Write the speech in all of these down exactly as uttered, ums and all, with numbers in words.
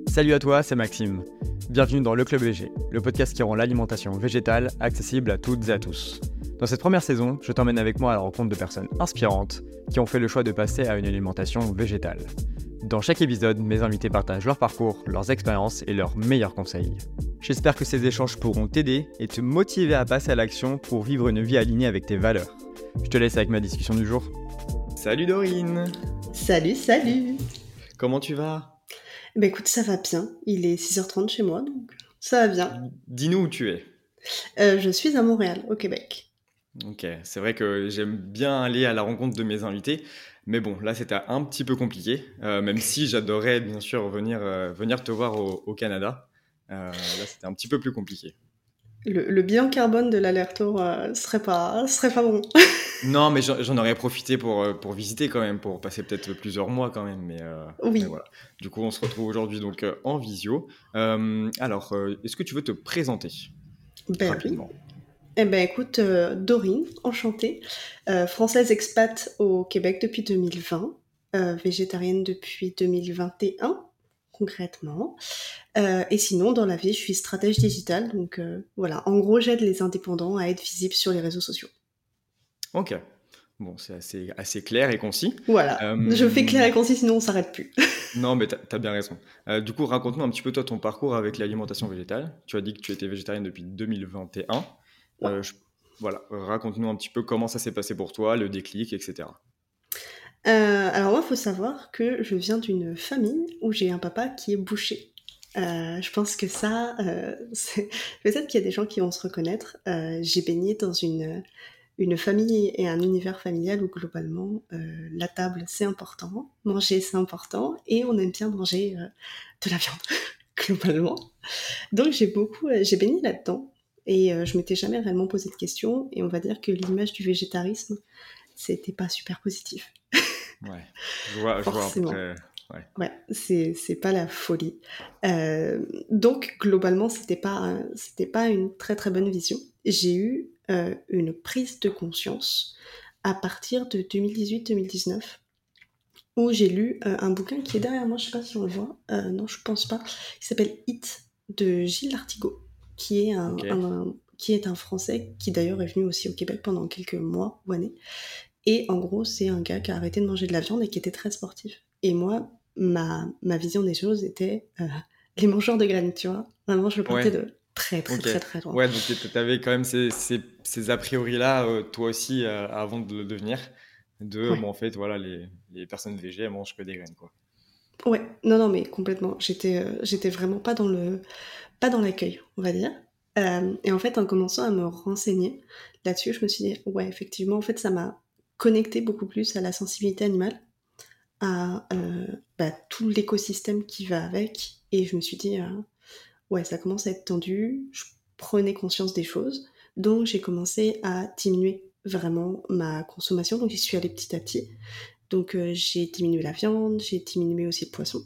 Salut à toi, c'est Maxime. Bienvenue dans Le Club V G, le podcast qui rend l'alimentation végétale accessible à toutes et à tous. Dans cette première saison, je t'emmène avec moi à la rencontre de personnes inspirantes qui ont fait le choix de passer à une alimentation végétale. Dans chaque épisode, mes invités partagent leur parcours, leurs expériences et leurs meilleurs conseils. J'espère que ces échanges pourront t'aider et te motiver à passer à l'action pour vivre une vie alignée avec tes valeurs. Je te laisse avec ma discussion du jour. Salut Dorine! Salut, salut! Comment tu vas? Bah écoute, ça va bien. Il est six heures trente chez moi, donc ça va bien. Dis-nous où tu es. Euh, je suis à Montréal, au Québec. Ok, c'est vrai que j'aime bien aller à la rencontre de mes invités, mais bon, là c'était un petit peu compliqué, euh, même si j'adorais bien sûr venir, euh, venir te voir au, au Canada. Euh, là c'était un petit peu plus compliqué. Le, le bilan carbone de l'aller-retour euh, serait pas, serait pas bon. Non, mais j'en, j'en aurais profité pour, euh, pour visiter quand même, pour passer peut-être plusieurs mois quand même, mais, euh, Oui. mais voilà. Du coup, on se retrouve aujourd'hui donc euh, en visio. Euh, alors, euh, est-ce que tu veux te présenter Ben rapidement? oui. Eh ben écoute, euh, Dorine, enchantée, euh, française expat au Québec depuis deux mille vingt, euh, végétarienne depuis deux mille vingt et un, concrètement. Euh, et sinon, dans la vie, je suis stratège digitale, donc euh, voilà. En gros, j'aide les indépendants à être visibles sur les réseaux sociaux. Ok, bon, c'est assez, assez clair et concis. Voilà. Je fais Euh, clair et concis, sinon on s'arrête plus. Non, mais t'as, t'as bien raison. Euh, du coup, raconte-nous un petit peu toi ton parcours avec l'alimentation végétale. Tu as dit que tu étais végétarienne depuis deux mille vingt et un. Ouais. Euh, je- Voilà, raconte-nous un petit peu comment ça s'est passé pour toi, le déclic, et cetera. Euh, alors moi, il faut savoir que je viens d'une famille où j'ai un papa qui est boucher. Euh, je pense que ça, euh, c'est... peut-être qu'il y a des gens qui vont se reconnaître. Euh, j'ai baigné dans une, une famille et un univers familial où globalement, euh, la table c'est important, manger c'est important, et on aime bien manger euh, de la viande, globalement. Donc j'ai beaucoup, euh, j'ai baigné là-dedans, et euh, je m'étais jamais réellement posé de questions, et on va dire que l'image du végétarisme, c'était pas super positif. Ouais, je vois, je vois à peu Forcément. près. Ouais. Ouais, c'est c'est pas la folie. Euh, donc globalement, c'était pas un- c'était pas une très très bonne vision. J'ai eu euh, une prise de conscience à partir de deux mille dix-huit deux mille dix-neuf où j'ai lu euh, un bouquin qui est derrière moi, je sais pas si on le voit. Euh, non, je pense pas. Il s'appelle Hit de Gilles Lartigot, qui est un, Ok. un- qui est un Français qui d'ailleurs est venu aussi au Québec pendant quelques mois ou années. Et en gros, c'est un gars qui a arrêté de manger de la viande et qui était très sportif. Et moi, ma, ma vision des choses était euh, les mangeurs de graines, tu vois. Vraiment, je partais Ouais, de très, très, ok. très, très loin. Ouais, donc tu avais quand même ces, ces, ces a priori-là, euh, toi aussi, euh, avant de le devenir, de, Ouais. bon, en fait, voilà, les, les personnes végé, elles mangent que des graines, quoi. Ouais, non, non, mais complètement. J'étais, euh, j'étais vraiment pas dans le, pas dans l'accueil, on va dire. Euh, et en fait, en commençant à me renseigner là-dessus, je me suis dit, ouais, effectivement, en fait, ça m'a connecté beaucoup plus à la sensibilité animale, à euh, bah, tout l'écosystème qui va avec. Et je me suis dit, euh, ouais, ça commence à être tendu, je prenais conscience des choses, donc j'ai commencé à diminuer vraiment ma consommation, donc j'y suis allée petit à petit. Donc euh, j'ai diminué la viande, j'ai diminué aussi le poisson.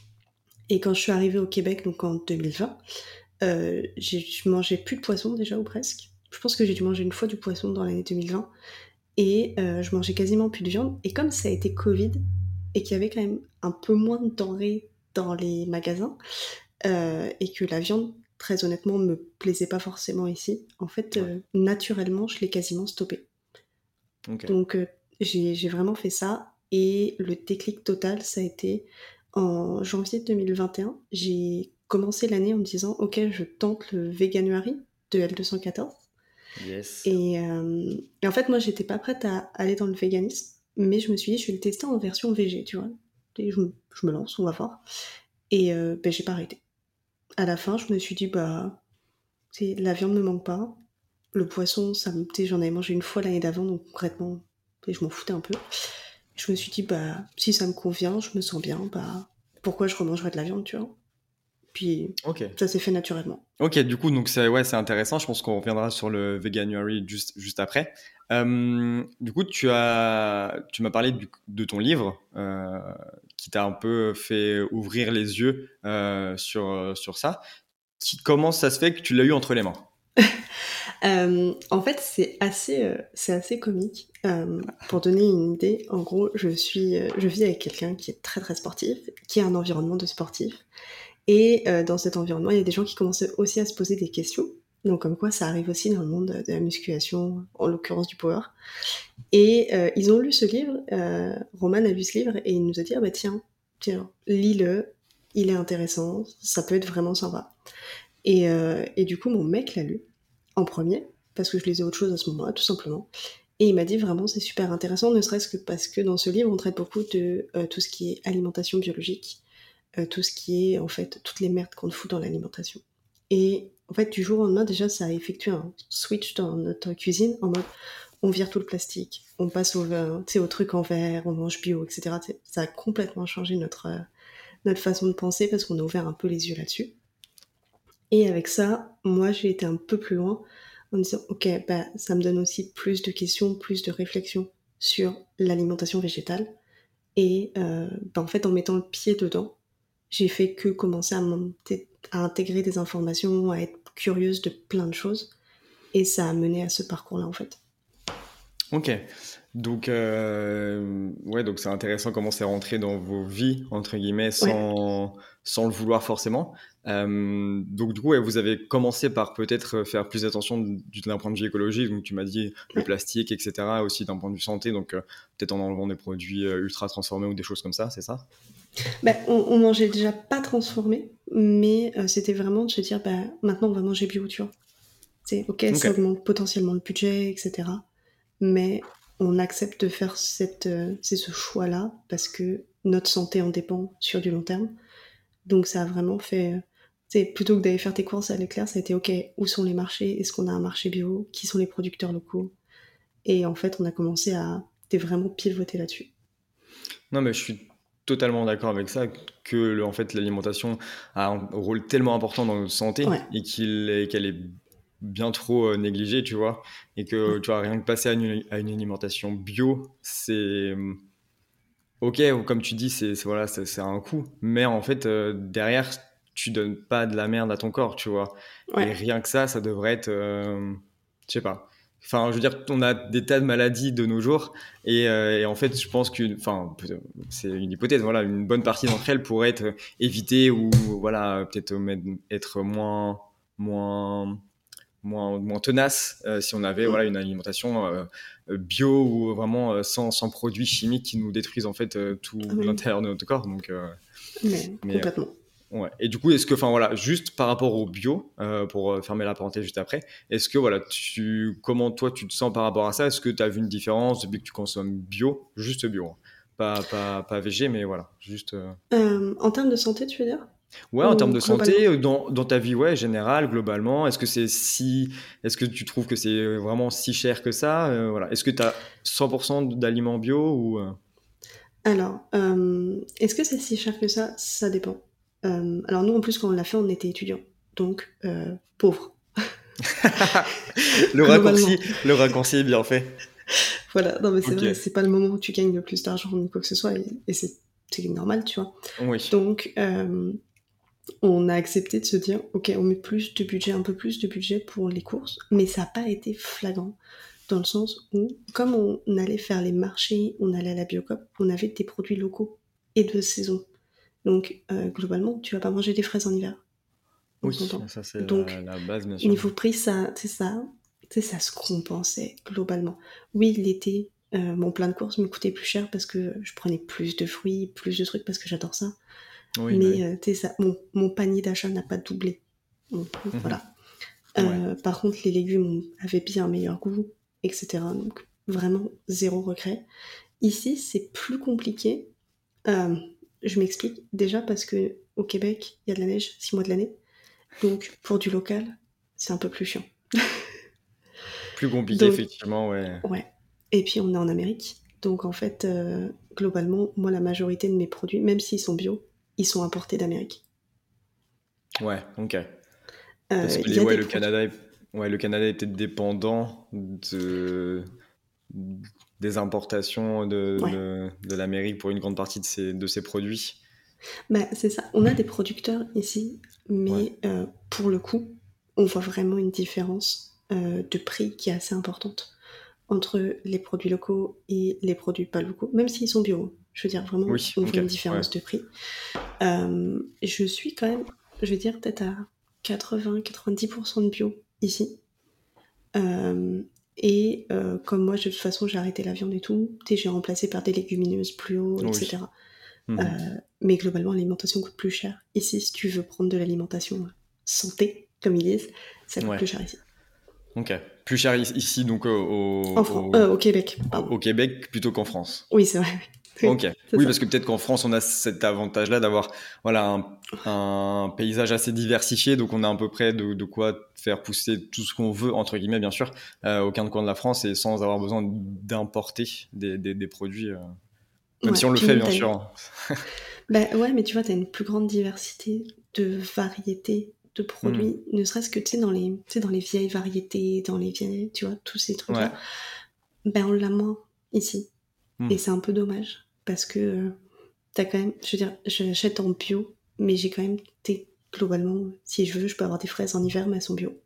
Et quand je suis arrivée au Québec, donc en deux mille vingt, euh, j'ai, je mangeais plus de poisson déjà ou presque. Je pense que j'ai dû manger une fois du poisson dans l'année deux mille vingt. Et euh, je mangeais quasiment plus de viande. Et comme ça a été Covid, et qu'il y avait quand même un peu moins de denrées dans les magasins, euh, et que la viande, très honnêtement, me plaisait pas forcément ici, en fait, Ouais, euh, naturellement, je l'ai quasiment stoppé. ok. Donc, euh, j'ai, j'ai vraiment fait ça. Et le déclic total, ça a été en janvier deux mille vingt et un. J'ai commencé l'année en me disant, ok, je tente le Veganuary de L deux cent quatorze. Yes. Et, euh, et en fait, moi, j'étais pas prête à aller dans le véganisme, mais je me suis dit, je vais le tester en version végé, tu vois. Et je, me- je me lance, on va voir. Et euh, ben, j'ai pas arrêté. À la fin, je me suis dit, bah, tu sais, la viande me manque pas. Le poisson, ça me, tu sais, j'en avais mangé une fois l'année d'avant, donc concrètement, tu sais, je m'en foutais un peu. Je me suis dit, bah, si ça me convient, je me sens bien, bah, pourquoi je remangerais de la viande, tu vois. Puis, Ok. ça s'est fait naturellement. Ok, du coup, donc c'est ouais, c'est intéressant. Je pense qu'on reviendra sur le Veganuary juste, juste après. Euh, du coup, tu as, tu m'as parlé du- de ton livre euh, qui t'a un peu fait ouvrir les yeux euh, sur, euh, sur ça. Qui, comment ça se fait que tu l'as eu entre les mains? Euh, en fait, c'est assez, euh, c'est assez comique. Euh, pour donner une idée, en gros, je suis, euh, je vis avec quelqu'un qui est très très sportif, qui a un environnement de sportif. Et euh, dans cet environnement, il y a des gens qui commençaient aussi à se poser des questions. Donc comme quoi, ça arrive aussi dans le monde de la musculation, en l'occurrence du power. Et euh, ils ont lu ce livre, euh, Roman a lu ce livre, et il nous a dit, ah bah tiens, tiens, lis-le, il est intéressant, ça peut être vraiment sympa. Et, euh, et du coup, mon mec l'a lu, en premier, parce que je lisais autre chose à ce moment-là, tout simplement. Et il m'a dit vraiment c'est super intéressant, ne serait-ce que parce que dans ce livre, on traite beaucoup de euh, tout ce qui est alimentation biologique, euh, tout ce qui est en fait toutes les merdes qu'on fout dans l'alimentation. Et en fait, du jour au lendemain, déjà, ça a effectué un switch dans notre cuisine en mode on vire tout le plastique, on passe au, euh, au truc en verre, on mange bio, et cetera. T'sais, ça a complètement changé notre, euh, notre façon de penser parce qu'on a ouvert un peu les yeux là-dessus. Et avec ça, moi, j'ai été un peu plus loin en disant, ok, bah, ça me donne aussi plus de questions, plus de réflexions sur l'alimentation végétale. Et euh, bah, en fait, en mettant le pied dedans, j'ai fait que commencer à, à intégrer des informations, à être curieuse de plein de choses. Et ça a mené à ce parcours-là, en fait. Ok, donc euh, ouais, donc c'est intéressant comment c'est rentré dans vos vies entre guillemets sans ouais. sans le vouloir forcément. Euh, donc du coup, ouais, vous avez commencé par peut-être faire plus attention d'un point de vue écologique. Donc tu m'as dit le ouais. plastique, et cetera. Aussi d'un point de vue santé, donc euh, peut-être en enlevant des produits ultra transformés ou des choses comme ça, c'est ça? Bah, on, on mangeait déjà pas transformé, mais euh, c'était vraiment de se dire bah maintenant on va manger bio, tu vois. C'est ok, okay, ça augmente potentiellement le budget, et cetera. Mais on accepte de faire cette, euh, c'est ce choix-là parce que notre santé en dépend sur du long terme. Donc ça a vraiment fait, c'est plutôt que d'aller faire tes courses à Leclerc, ça a été ok, où sont les marchés, est-ce qu'on a un marché bio, qui sont les producteurs locaux, et en fait on a commencé à vraiment pivoter là-dessus. Non mais je suis totalement d'accord avec ça, que en fait l'alimentation a un rôle tellement important dans notre santé ouais. et qu'il est, qu'elle est bien trop négligée, tu vois, et que ouais. tu vois, rien que passer à une, à une alimentation bio, c'est ok, comme tu dis, c'est, c'est voilà, c'est, c'est un coût, mais en fait euh, derrière tu donnes pas de la merde à ton corps, tu vois, ouais. et rien que ça, ça devrait être, euh, je sais pas. Enfin, je veux dire, on a des tas de maladies de nos jours, et, euh, et en fait, je pense que, enfin, c'est une hypothèse, voilà, une bonne partie d'entre elles pourraient être évitées ou, voilà, peut-être être moins, moins, moins, moins tenaces euh, si on avait, voilà, une alimentation euh, bio ou vraiment euh, sans, sans produits chimiques qui nous détruisent en fait euh, tout oui. l'intérieur de notre corps. Donc, euh, mais, mais complètement. Euh, Ouais. Et du coup, est-ce que, enfin voilà, juste par rapport au bio, euh, pour fermer la parenthèse juste après, est-ce que voilà, tu, comment toi tu te sens par rapport à ça? Est-ce que tu as vu une différence depuis que tu consommes bio, juste bio, hein. pas, pas, pas végé, mais voilà, juste. Euh... Euh, en termes de santé, tu veux dire? Ouais, en termes de santé, dans, dans ta vie, ouais, générale, globalement, est-ce que c'est si, est-ce que tu trouves que c'est vraiment si cher que ça? euh, Voilà, est-ce que tu as cent pour cent d'aliments bio ou euh... Alors, euh, est-ce que c'est si cher que ça? Ça dépend. Euh, alors nous, en plus, quand on l'a fait, on était étudiants, donc euh, pauvres. le raccourci, le raccourci est bien fait. Voilà, non mais c'est okay. vrai, c'est pas le moment où tu gagnes le plus d'argent ni quoi que ce soit, et, et c'est, c'est normal, tu vois. Oui. Donc, euh, on a accepté de se dire, ok, on met plus de budget, un peu plus de budget pour les courses, mais ça n'a pas été flagrant, dans le sens où, comme on allait faire les marchés, on allait à la Biocoop, on avait des produits locaux et de saison. Donc, euh, globalement, tu vas pas manger des fraises en hiver. Oui, ça c'est Donc, la, la base, bien sûr. Niveau prix, ça, c'est ça, ça se compensait globalement. Oui, l'été, euh, mon plein de courses me coûtait plus cher parce que je prenais plus de fruits, plus de trucs parce que j'adore ça. Oui, mais euh, tu sais, ça, mon, mon panier d'achat n'a pas doublé. Donc, mmh. Voilà. Euh, ouais. Par contre, les légumes avaient bien un meilleur goût, et cetera. Donc, vraiment, zéro regret. Ici, c'est plus compliqué. Euh, je m'explique. Déjà parce que au Québec, il y a de la neige six mois de l'année. Donc, pour du local, c'est un peu plus chiant. Plus compliqué, donc, effectivement, ouais. Ouais. Et puis, on est en Amérique. Donc, en fait, euh, globalement, moi, la majorité de mes produits, même s'ils sont bio, ils sont importés d'Amérique. Ouais, ok. Euh, Parce que les, ouais, le, Canada est, ouais, le Canada était dépendant de, des importations de, ouais. de, de l'Amérique pour une grande partie de ses, de ses produits. Bah, c'est ça. On a des producteurs ici, mais ouais. euh, pour le coup, on voit vraiment une différence euh, de prix qui est assez importante entre les produits locaux et les produits pas locaux, même s'ils sont bio. Je veux dire, vraiment, oui, on okay. voit une différence ouais. de prix. Euh, je suis quand même je vais dire peut-être à quatre-vingts à quatre-vingt-dix pour cent de bio ici. Euh, et euh, comme moi, de toute façon, j'ai arrêté la viande et tout, tu sais, j'ai remplacé par des légumineuses plus haut, Oui. et cetera. Mmh. Euh, mais globalement, l'alimentation coûte plus cher. Ici, si tu veux prendre de l'alimentation santé, comme ils disent, ça coûte Ouais. plus cher ici. Ok. Plus cher ici, donc au, au, En Fran- au, euh, au Québec, au- pardon. au Québec plutôt qu'en France. Oui, c'est vrai. Oui, Ok. c'est Oui, ça. parce que peut-être qu'en France, on a cet avantage-là d'avoir voilà, un, un paysage assez diversifié, donc on a à peu près de, de quoi faire pousser tout ce qu'on veut, entre guillemets, bien sûr, euh, au coin de la France et sans avoir besoin d'importer des, des, des produits, euh, même Ouais, si on le puis fait, même, bien t'as une... sûr. Hein. bah, ouais, mais tu vois, t'as une plus grande diversité de variétés de Hmm. produits, ne serait-ce que, tu sais, dans les, tu sais, dans les vieilles variétés, dans les vieilles, tu vois, tous ces Ouais. trucs-là, ben on l'a moins ici. Hmm. Et c'est un peu dommage, parce que euh, t'as quand même, je veux dire, j'achète en bio, mais j'ai quand même, t'es, globalement, si je veux, je peux avoir des fraises en hiver, mais elles sont bio.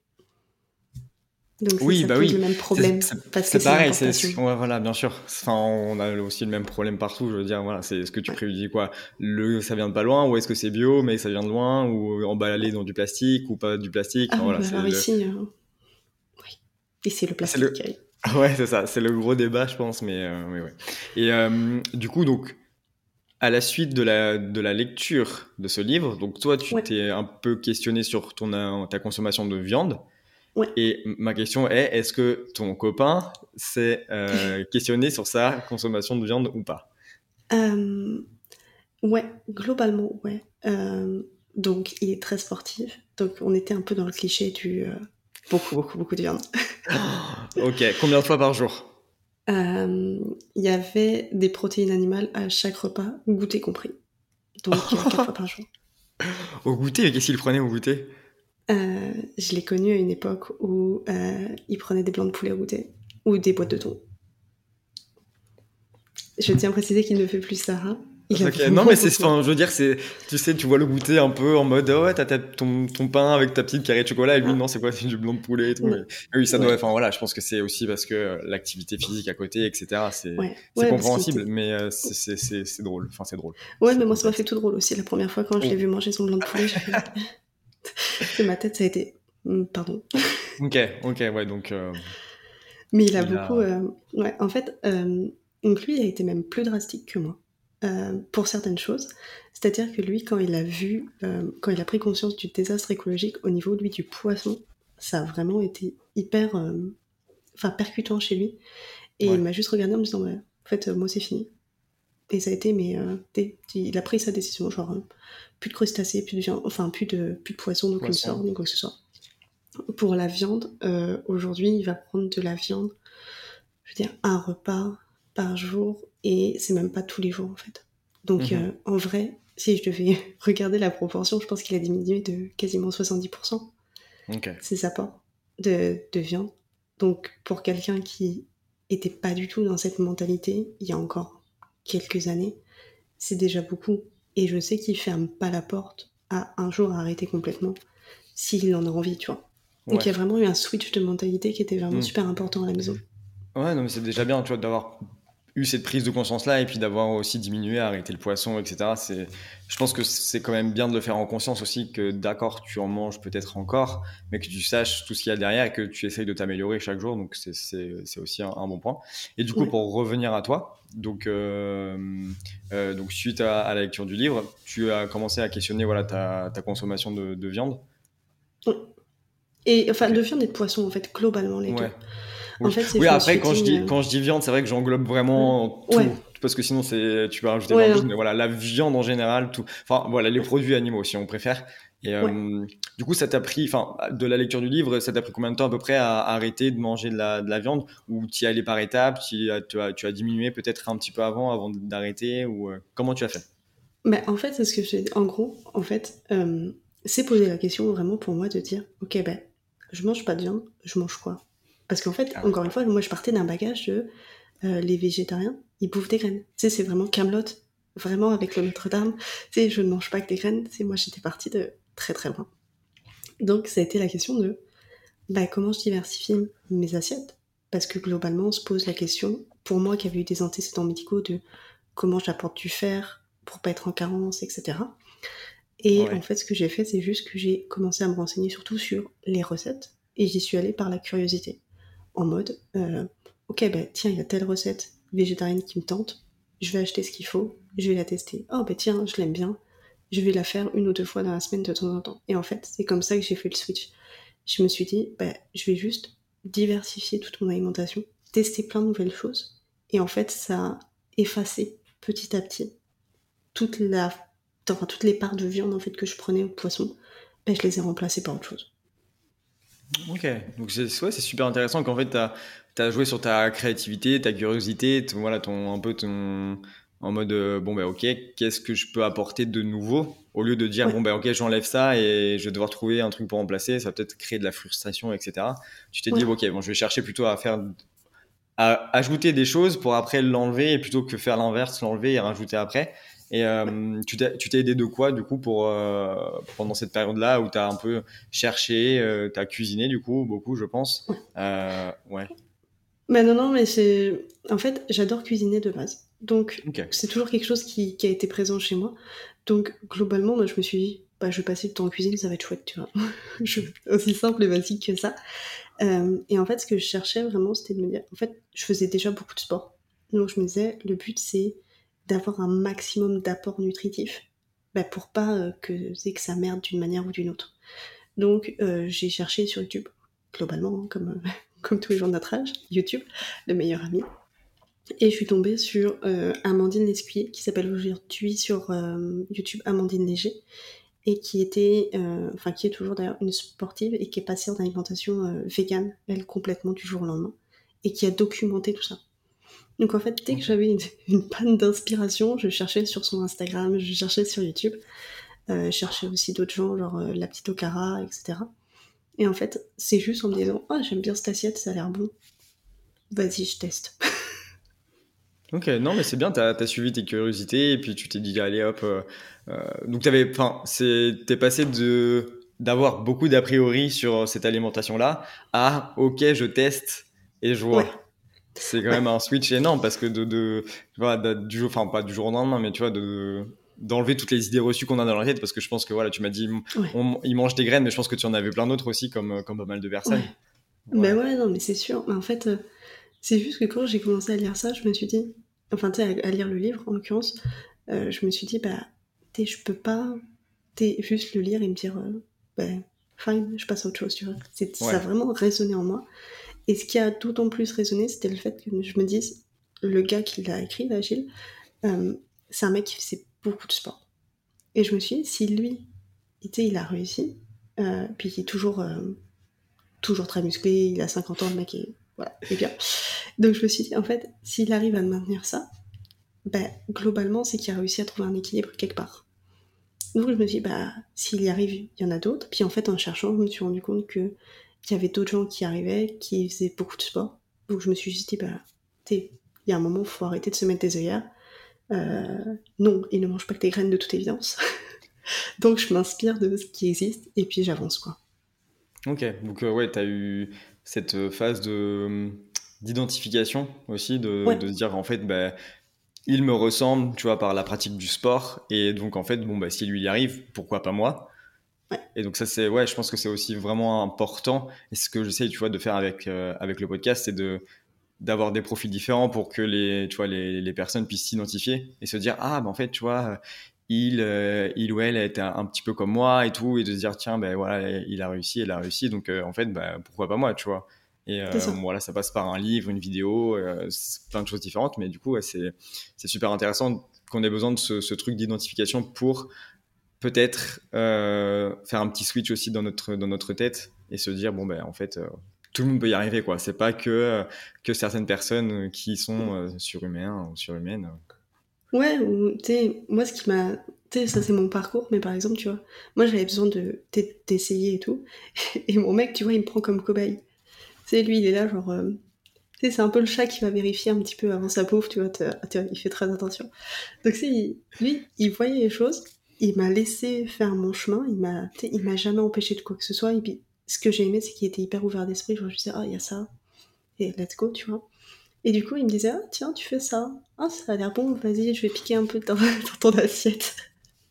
Donc ça, Oui, ça bah pose oui, le même c'est problème, c'est- parce que c'est c'est pareil, c'est l'importation. ouais, voilà, bien sûr. Enfin, on a aussi le même problème partout. Je veux dire, voilà, c'est est-ce que tu Ouais. privilégies quoi? Le, ça vient de pas loin, ou est-ce que c'est bio, mais ça vient de loin, ou emballé dans du plastique, ou pas du plastique. Ah Enfin oui, voilà, bah c'est alors le, ici, euh, oui. Et c'est le c'est plastique, le, oui. ouais, c'est ça, c'est le gros débat, je pense. Mais euh, oui, ouais. Et euh, du coup, donc, à la suite de la de la lecture de ce livre, donc toi, tu Ouais, t'es un peu questionné sur ton euh, ta consommation de viande. ouais. Et ma question est, est-ce que ton copain s'est euh, questionné sur sa consommation de viande ou pas? Euh, ouais, globalement, ouais. Euh, donc, il est très sportif. Donc, on était un peu dans le cliché du euh, beaucoup, beaucoup, beaucoup de viande. Ok, combien de fois par jour? Euh, Il y avait des protéines animales à chaque repas, goûter compris. Donc, euh, quatre fois par jour. Au goûter, mais qu'est-ce qu'il prenait au goûter? Euh, je l'ai connu à une époque où euh, il prenait des blancs de poulet au goûter ou des boîtes de thon. Je tiens à préciser qu'il ne fait plus ça. Hein. Il a Ok, non vraiment mais c'est, beaucoup. enfin, je veux dire, c'est, tu sais, tu vois le goûter un peu en mode, oh, ouais, t'as ta- ton, ton pain avec ta petite carré de chocolat, et lui, non, c'est quoi, c'est du blanc de poulet et tout. Non. Et- oui, ça doit, Ouais, enfin voilà, je pense que c'est aussi parce que euh, l'activité physique à côté, et cetera, c'est, ouais, c'est ouais, parce qu'il compréhensible, était. mais euh, c'est, c'est, c'est, c'est drôle, enfin c'est drôle, Ouais, c'est mais moi, ça m'a complexe. fait tout drôle aussi. La première fois, quand je l'ai Oh. vu manger son blanc de poulet, j'ai fait. C'est ma tête, ça a été. Hmm, Pardon. Ok, ok, ouais, donc euh, Mais il a il beaucoup. a, euh, Ouais, en fait, euh, donc lui, il a été même plus drastique que moi euh, pour certaines choses. C'est-à-dire que lui, quand il a vu, euh, quand il a pris conscience du désastre écologique au niveau, lui, du poisson, ça a vraiment été hyper. euh, Enfin, percutant chez lui. Et ouais, il m'a juste regardé en me disant, ouais, en fait, euh, moi, c'est fini. Et ça a été, mais euh, dé- il a pris sa décision, genre, euh, plus de crustacés, plus de viande, enfin, plus de, plus de poisson d'aucune poisson. sorte, ni quoi que ce soit. Pour la viande, euh, aujourd'hui, il va prendre de la viande, je veux dire, un repas par jour, et c'est même pas tous les jours, en fait. Donc, Mhm. euh, en vrai, si je devais regarder la proportion, je pense qu'il a diminué de quasiment soixante-dix pour cent Ok. ses apports de, de viande. Donc, pour quelqu'un qui était pas du tout dans cette mentalité, il y a encore quelques années, c'est déjà beaucoup. Et je sais qu'il ferme pas la porte à un jour arrêter complètement s'il en a envie, tu vois. Donc il Ouais. y a vraiment eu un switch de mentalité qui était vraiment Hmm. super important à la maison. Ouais, non, mais c'est déjà bien, tu vois, d'avoir eu cette prise de conscience-là et puis d'avoir aussi diminué, arrêté le poisson, et cetera. C'est, je pense que c'est quand même bien de le faire en conscience aussi que d'accord, tu en manges peut-être encore, mais que tu saches tout ce qu'il y a derrière et que tu essayes de t'améliorer chaque jour. Donc c'est, c'est, c'est aussi un, un bon point. Et du coup, Ouais. pour revenir à toi, donc, euh, euh, donc suite à, à la lecture du livre, tu as commencé à questionner voilà, ta, ta consommation de, de viande. Ouais. Et enfin, Ok. de viande et de poisson, en fait, globalement les Ouais. deux. En Oui, fait, c'est oui. je me Après, suis quand je dit. dis euh, quand je dis viande, c'est vrai que j'englobe Ouais. vraiment Ouais. tout, parce que sinon c'est tu peux rajouter plein Ouais. de choses, Non. mais voilà, la viande en général, tout. Enfin, voilà, les produits animaux si on préfère. Et Ouais. euh, du coup, ça t'a pris, enfin, de la lecture du livre, ça t'a pris combien de temps à peu près à, à arrêter de manger de la, de la viande, ou tu y allais par étapes, tu as, tu as, tu as diminué peut-être un petit peu avant, avant d'arrêter, ou euh, comment tu as fait? Mais en fait, c'est ce que je. En gros, en fait, euh, c'est poser la question vraiment pour moi de dire, ok, ben, je mange pas de viande, je mange quoi? Parce qu'en fait, Ah ouais. encore une fois, moi, je partais d'un bagage de euh, les végétariens, ils bouffent des graines. Tu sais, c'est vraiment Camelot, vraiment avec le Notre-Dame. Tu sais, je ne mange pas que des graines. Tu sais, moi, j'étais partie de très très loin. Donc, ça a été la question de bah, comment je diversifie mes assiettes. Parce que globalement, on se pose la question, pour moi qui avais eu des antécédents médicaux, de comment j'apporte du fer pour pas être en carence, et cetera. Et en Ouais. fait, ce que j'ai fait, c'est juste que j'ai commencé à me renseigner surtout sur les recettes et j'y suis allée par la curiosité. En mode, heu, OK, bah, tiens, il y a telle recette végétarienne qui me tente, je vais acheter ce qu'il faut, je vais la tester. Oh, bah, tiens, je l'aime bien, je vais la faire une ou deux fois dans la semaine de temps en temps. Et en fait, c'est comme ça que j'ai fait le switch. Je me suis dit: «Bah, je vais juste diversifier toute mon alimentation, tester plein de nouvelles choses» et en fait, ça a effacé petit à petit toute la enfin, toutes les parts de viande, en fait, que je prenais ou de poisson, bah, je les ai remplacées par autre chose. OK, donc c'est ouais, c'est super intéressant qu'en fait tu as joué sur ta créativité, ta curiosité, ton voilà, ton un peu ton en mode, heu, bon, bah, OK, qu'est-ce que je peux apporter de nouveau? Au lieu de dire: Ouais, «Bon, bah, OK, j'enlève ça et je vais devoir trouver un truc pour remplacer, ça va peut-être créer de la frustration et cetera». Tu t'es dit: ouais. «OK, bon, je vais chercher plutôt à faire à ajouter des choses pour après l'enlever et plutôt que faire l'inverse, l'enlever et rajouter après». Et euh, tu t'es tu t'es aidé de quoi du coup pour euh, pendant cette période-là où tu as un peu cherché, euh, tu as cuisiné du coup beaucoup je pense. Euh, ouais, Bah, non, non, mais c'est en fait, j'adore cuisiner de base. Donc ok. c'est toujours quelque chose qui qui a été présent chez moi. Donc globalement, moi, je me suis dit: «Bah, je vais passer du temps en cuisine, ça va être chouette», tu vois? Je aussi simple et basique que ça. Hem et en fait, ce que je cherchais vraiment, c'était de me dire en fait, je faisais déjà beaucoup de sport. Donc je me disais: «Le but, c'est d'avoir un maximum d'apports nutritifs, bah, pour pas, heu, que tu sais, que ça merde d'une manière ou d'une autre». Donc heu, j'ai cherché sur YouTube, globalement, hein, comme, heu, comme tous les gens de notre âge, YouTube, le meilleur ami. Et je suis tombée sur euh, Amandine Lescuyer, qui s'appelle aujourd'hui sur euh, YouTube Amandine Léger, et qui était, euh, enfin qui est toujours d'ailleurs une sportive et qui est passée en alimentation euh, végane, elle complètement du jour au lendemain, et qui a documenté tout ça. Donc en fait, dès que Ok. j'avais une, une panne d'inspiration, je cherchais sur son Instagram, je cherchais sur YouTube, euh, je cherchais aussi d'autres gens, genre euh, la petite Okara, et cetera. Et en fait, c'est juste en me disant, ah, j'aime bien cette assiette, ça a l'air bon, vas-y, je teste. Ok, non mais c'est bien, t'as as suivi tes curiosités et puis tu t'es dit allez hop. Euh, euh, donc t'avais, enfin, c'est, t'es passé de d'avoir beaucoup d'a priori sur cette alimentation-là à ok, je teste et je Ouais, vois. C'est quand ouais, même un switch énorme parce que de, de tu vois, de- du jour, enfin pas du jour au lendemain, mais tu vois, de d'enlever toutes les idées reçues qu'on a dans la tête parce que je pense que voilà, tu m'as dit ouais, on, ils mangent des graines, mais je pense que tu en avais plein d'autres aussi comme comme pas mal de ouais. personnes. Ben Ouais. ouais, non, mais c'est sûr. Mais en fait, euh, c'est juste que quand j'ai commencé à lire ça, je me suis dit, enfin, tu sais, à, à lire le livre en l'occurrence, euh, je me suis dit, bah, tu je peux pas, tu juste le lire et me dire, euh, bah, fine, je passe à autre chose, tu vois. C'est, ça a Ouais. vraiment résonné en moi. Et ce qui a d'autant plus résonné, c'était le fait que je me dise, le gars qui l'a écrit, là, Gilles, euh, c'est un mec qui faisait beaucoup de sport. Et je me suis dit, si lui, tu sais, il a réussi, euh, puis il est toujours, euh, toujours très musclé, il a cinquante ans, le mec est, voilà, il est bien. Donc je me suis dit, en fait, s'il arrive à maintenir ça, bah, globalement, c'est qu'il a réussi à trouver un équilibre quelque part. Donc je me suis dit, bah, s'il y arrive, il y en a d'autres. Puis en fait, en cherchant, je me suis rendu compte qu'il y avait d'autres gens qui arrivaient, qui faisaient beaucoup de sport. Donc je me suis juste dit, bah, tu sais, il y a un moment, il faut arrêter de se mettre des œillères. Euh, non, il ne mange pas que des graines de toute évidence. Donc je m'inspire de ce qui existe et puis j'avance, quoi. Ok. Donc euh, ouais, t'as eu cette euh, phase de d'identification aussi, de, Ouais, de se dire en fait, bah, il me ressemble, tu vois, par la pratique du sport. Et donc, en fait, bon, bah, si lui y arrive, pourquoi pas moi? ouais, Et donc, ça, c'est, ouais, je pense que c'est aussi vraiment important. Et ce que j'essaye, tu vois, de faire avec, euh, avec le podcast, c'est de, d'avoir des profils différents pour que les, tu vois, les, les personnes puissent s'identifier et se dire, ah, bah, en fait, tu vois, il, euh, il ou elle est un, un petit peu comme moi et tout. Et de se dire, tiens, ben voilà, il a réussi, elle a réussi. Donc, euh, en fait, bah, pourquoi pas moi, tu vois? Et c'est euh, ça. bon, voilà, ça passe par un livre, une vidéo, euh, c'est plein de choses différentes. Mais du coup, ouais, c'est, c'est super intéressant qu'on ait besoin de ce, ce truc d'identification pour peut-être euh, faire un petit switch aussi dans notre, dans notre tête et se dire, bon, ben, en fait, euh, tout le monde peut y arriver, quoi. C'est pas que, euh, que certaines personnes qui sont euh, surhumaines ou surhumaines. Ouais, ou tu sais, moi ce qui m'a. Tu sais, ça c'est mon parcours, mais par exemple, tu vois, moi j'avais besoin de t'es- d'essayer et tout. Et mon mec, tu vois, il me prend comme cobaye. Tu sais, lui, il est là, genre. euh, Tu sais, c'est un peu le chat qui va vérifier un petit peu avant sa pauvre, tu vois, t'as- tu vois, il fait très attention. Donc, tu sais, il- lui, il voyait les choses, il m'a laissé faire mon chemin, il m'a, tu sais, il m'a jamais empêché de quoi que ce soit. Et puis, ce que j'ai aimé, c'est qu'il était hyper ouvert d'esprit. Je me disais, ah, il y a ça, et let's go, tu vois. Et du coup, il me disait, ah, tiens, tu fais ça. Ah, ça a l'air bon, vas-y, je vais piquer un peu dans, dans ton assiette.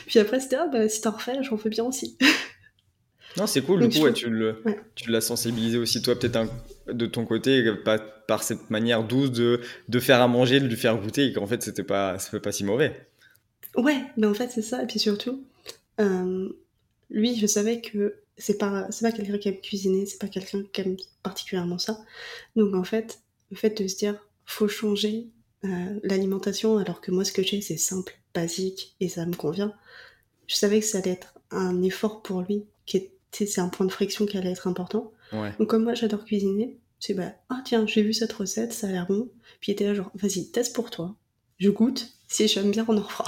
Puis après, c'était, ah bah si t'en refais, j'en fais bien aussi. Non, c'est cool, du Donc coup, je ouais, trouve, tu le, ouais. tu l'as sensibilisé aussi, toi, peut-être un- de ton côté, euh, pas, par cette manière douce de, de faire à manger, de lui faire goûter, et qu'en fait, c'était pas, c'était pas si mauvais. Ouais, mais en fait, c'est ça. Et puis surtout, euh, lui, je savais que c'est pas, c'est pas quelqu'un qui aime cuisiner, c'est pas quelqu'un qui aime particulièrement ça. Donc en fait, le fait de se dire, faut changer euh, l'alimentation, alors que moi, ce que j'ai, c'est simple, basique, et ça me convient. Je savais que ça allait être un effort pour lui, qui était, c'est un point de friction qui allait être important. Ouais. Donc comme moi, j'adore cuisiner, c'est bah, ah tiens, j'ai vu cette recette, ça a l'air bon. Puis il était là genre, vas-y, teste pour toi. Je goûte, si j'aime bien, on en refera.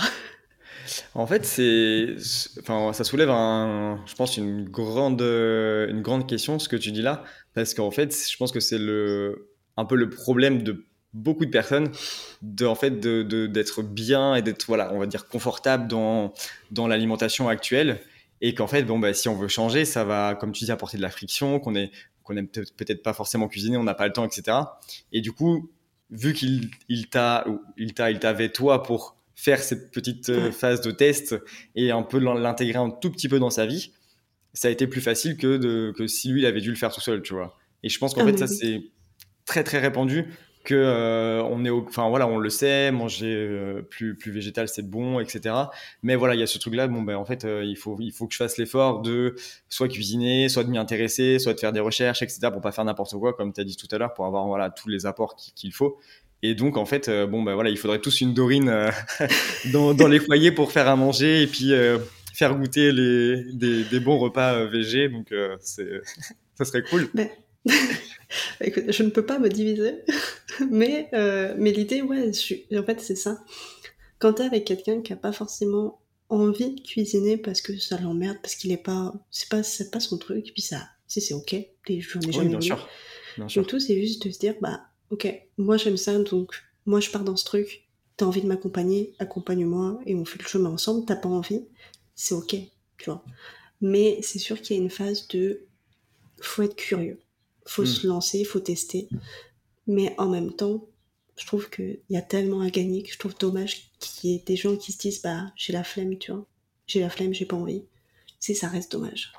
En fait, c'est, c'est- enfin, ça soulève un, je pense, une grande, euh, une grande question, ce que tu dis là, parce qu'en fait, je pense que c'est le, un peu le problème de beaucoup de personnes, de, en fait, de, de- d'être bien et d'être, voilà, on va dire, confortable dans, dans l'alimentation actuelle, et qu'en fait, bon, bah, si on veut changer, ça va, comme tu dis, apporter de la friction, qu'on est, qu'on aime peut- peut-être pas forcément cuisiner, on n'a pas le temps, et cetera. Et du coup, vu qu'il, il t'a, ou il t'a, il t'avait toi pour faire cette petite euh, Ouais, phase de test et un peu l'intégrer un tout petit peu dans sa vie, ça a été plus facile que, de, que si lui, il avait dû le faire tout seul, tu vois. Et je pense qu'en ah fait, mais ça, oui. c'est très, très répandu que euh, on est au, enfin voilà, on le sait, manger euh, plus plus végétal c'est bon, et cetera. Mais voilà, il y a ce truc là, bon ben en fait euh, il faut il faut que je fasse l'effort de soit cuisiner, soit de m'y intéresser, soit de faire des recherches, et cetera pour pas faire n'importe quoi comme tu as dit tout à l'heure, pour avoir voilà tous les apports qu'il qu'il faut. Et donc en fait euh, bon ben voilà, il faudrait tous une Dorine euh, dans dans les foyers pour faire à manger et puis euh, faire goûter les des, des bons repas euh, végés, donc euh, c'est ça serait cool. Ben, écoute, je ne peux pas me diviser, mais, euh, mais l'idée, ouais, je suis- en fait, c'est ça. Quand t'es avec quelqu'un qui a pas forcément envie de cuisiner parce que ça l'emmerde, parce qu'il est pas, c'est pas, c'est pas son truc, puis ça, si c'est ok, et j'en ai Oui, jamais bien voulu. sûr. Bien Le sûr. tout, c'est juste de se dire, bah, ok, moi j'aime ça, donc moi je pars dans ce truc, t'as envie de m'accompagner, accompagne-moi, et on fait le chemin ensemble, t'as pas envie, c'est ok, tu vois. Mais c'est sûr qu'il y a une phase de, faut être curieux, faut Hmm. se lancer, faut tester, mais en même temps, je trouve qu'il y a tellement à gagner que je trouve dommage qu'il y ait des gens qui se disent, bah, j'ai la flemme, tu vois, j'ai la flemme, j'ai pas envie. Si ça reste dommage.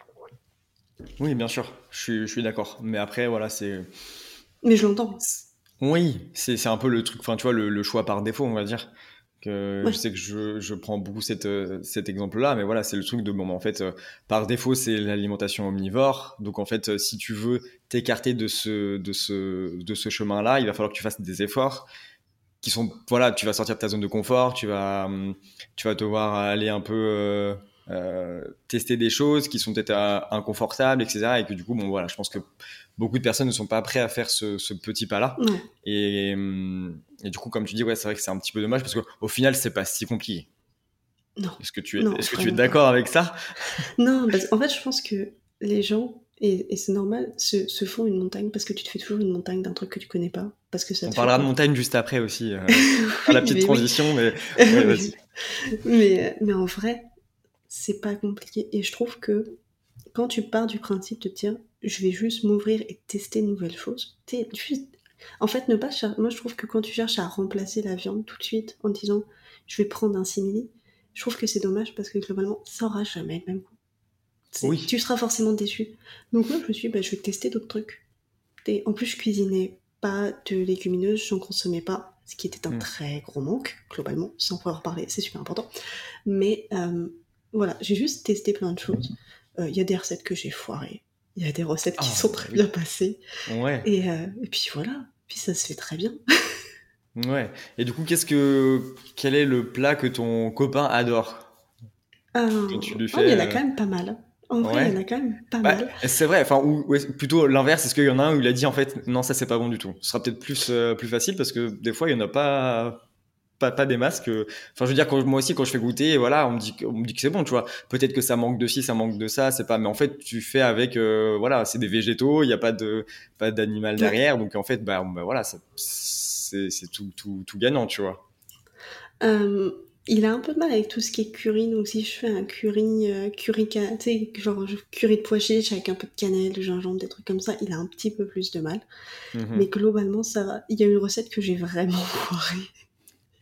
Oui, bien sûr, je suis, je suis d'accord. Mais après, voilà, c'est. Mais je l'entends. c'est- Oui, c'est c'est un peu le truc, enfin, tu vois, le, le choix par défaut, on va dire. Que je Ouais, sais que je, je prends beaucoup cette, euh, cet exemple-là, mais voilà, c'est le truc de, bon, en fait, euh, par défaut, c'est l'alimentation omnivore. Donc, en fait, euh, si tu veux t'écarter de ce, de ce, de ce chemin-là, il va falloir que tu fasses des efforts qui sont, voilà, tu vas sortir de ta zone de confort, tu vas, hum, tu vas devoir aller un peu euh, euh, tester des choses qui sont peut-être euh, inconfortables, et cetera. Et que du coup, bon, voilà, je pense que beaucoup de personnes ne sont pas prêts à faire ce, ce petit pas-là. ouais, Et, hum, et du coup, comme tu dis, ouais, c'est vrai que c'est un petit peu dommage parce qu'au final, c'est pas si compliqué. non, Est-ce que tu es, non, est-ce que tu es vraiment pas. d'accord avec ça? Non, parce en fait, je pense que les gens, et, et c'est normal, se, se font une montagne parce que tu te fais toujours une montagne d'un truc que tu connais pas, parce que ça On te fait parlera de peur. montagne juste après aussi. Euh, faire la Oui, petite mais oui. transition, mais ouais, vas-y. Oui. Mais, mais en vrai, c'est pas compliqué. Et je trouve que quand tu pars du principe de te dire, je vais juste m'ouvrir et tester de nouvelles choses, t'es juste... En fait, ne pas cher- moi je trouve que quand tu cherches à remplacer la viande tout de suite en te disant, je vais prendre un simili, je trouve que c'est dommage parce que globalement, ça aura jamais le même goût. C'est- Oui. Tu seras forcément déçu. Donc moi, je me suis dit, bah, je vais tester d'autres trucs. Et en plus, je cuisinais pas de légumineuses, j'en consommais pas, ce qui était un Hmm. très gros manque, globalement, sans pouvoir parler, c'est super important. Mais euh, voilà, j'ai juste testé plein de choses. Il y a des recettes que j'ai foirées, il y a des recettes qui Ah, sont bah très bien oui. passées, Ouais. et, euh, et puis voilà, puis ça se fait très bien. Ouais. Et du coup, qu'est-ce que, quel est le plat que ton copain adore quand tu Euh, lui Oh, il y fais en a euh, quand même pas mal. En vrai, il y Ouais. en a quand même pas Bah, mal. c'est vrai. Enfin, ou ouais, plutôt l'inverse. Est-ce qu'il y en a un où il a dit en fait non, ça c'est pas bon du tout. Ce sera peut-être plus euh, plus facile parce que des fois il y en a pas. Pas, pas des masques. euh, Enfin, je veux dire, quand, moi aussi, quand je fais goûter, voilà, on me dit, que- on me dit que c'est bon, tu vois. Peut-être que ça manque de ci, ça manque de ça, c'est pas. Mais en fait, tu fais avec, euh, voilà, c'est des végétaux, il n'y a pas de, pas d'animal Ouais. derrière, donc en fait, bah, bah voilà, ça- c'est, c'est tout, tout, tout gagnant, tu vois. Euh, il a un peu de mal avec tout ce qui est curry, donc si je fais un curry, euh, curry, ca- tu sais, genre je- curry de pois chiches avec un peu de cannelle, de gingembre, des trucs comme ça, il a un petit peu plus de mal. Mais Mhm. globalement, ça va. Il y a une recette que j'ai vraiment foirée.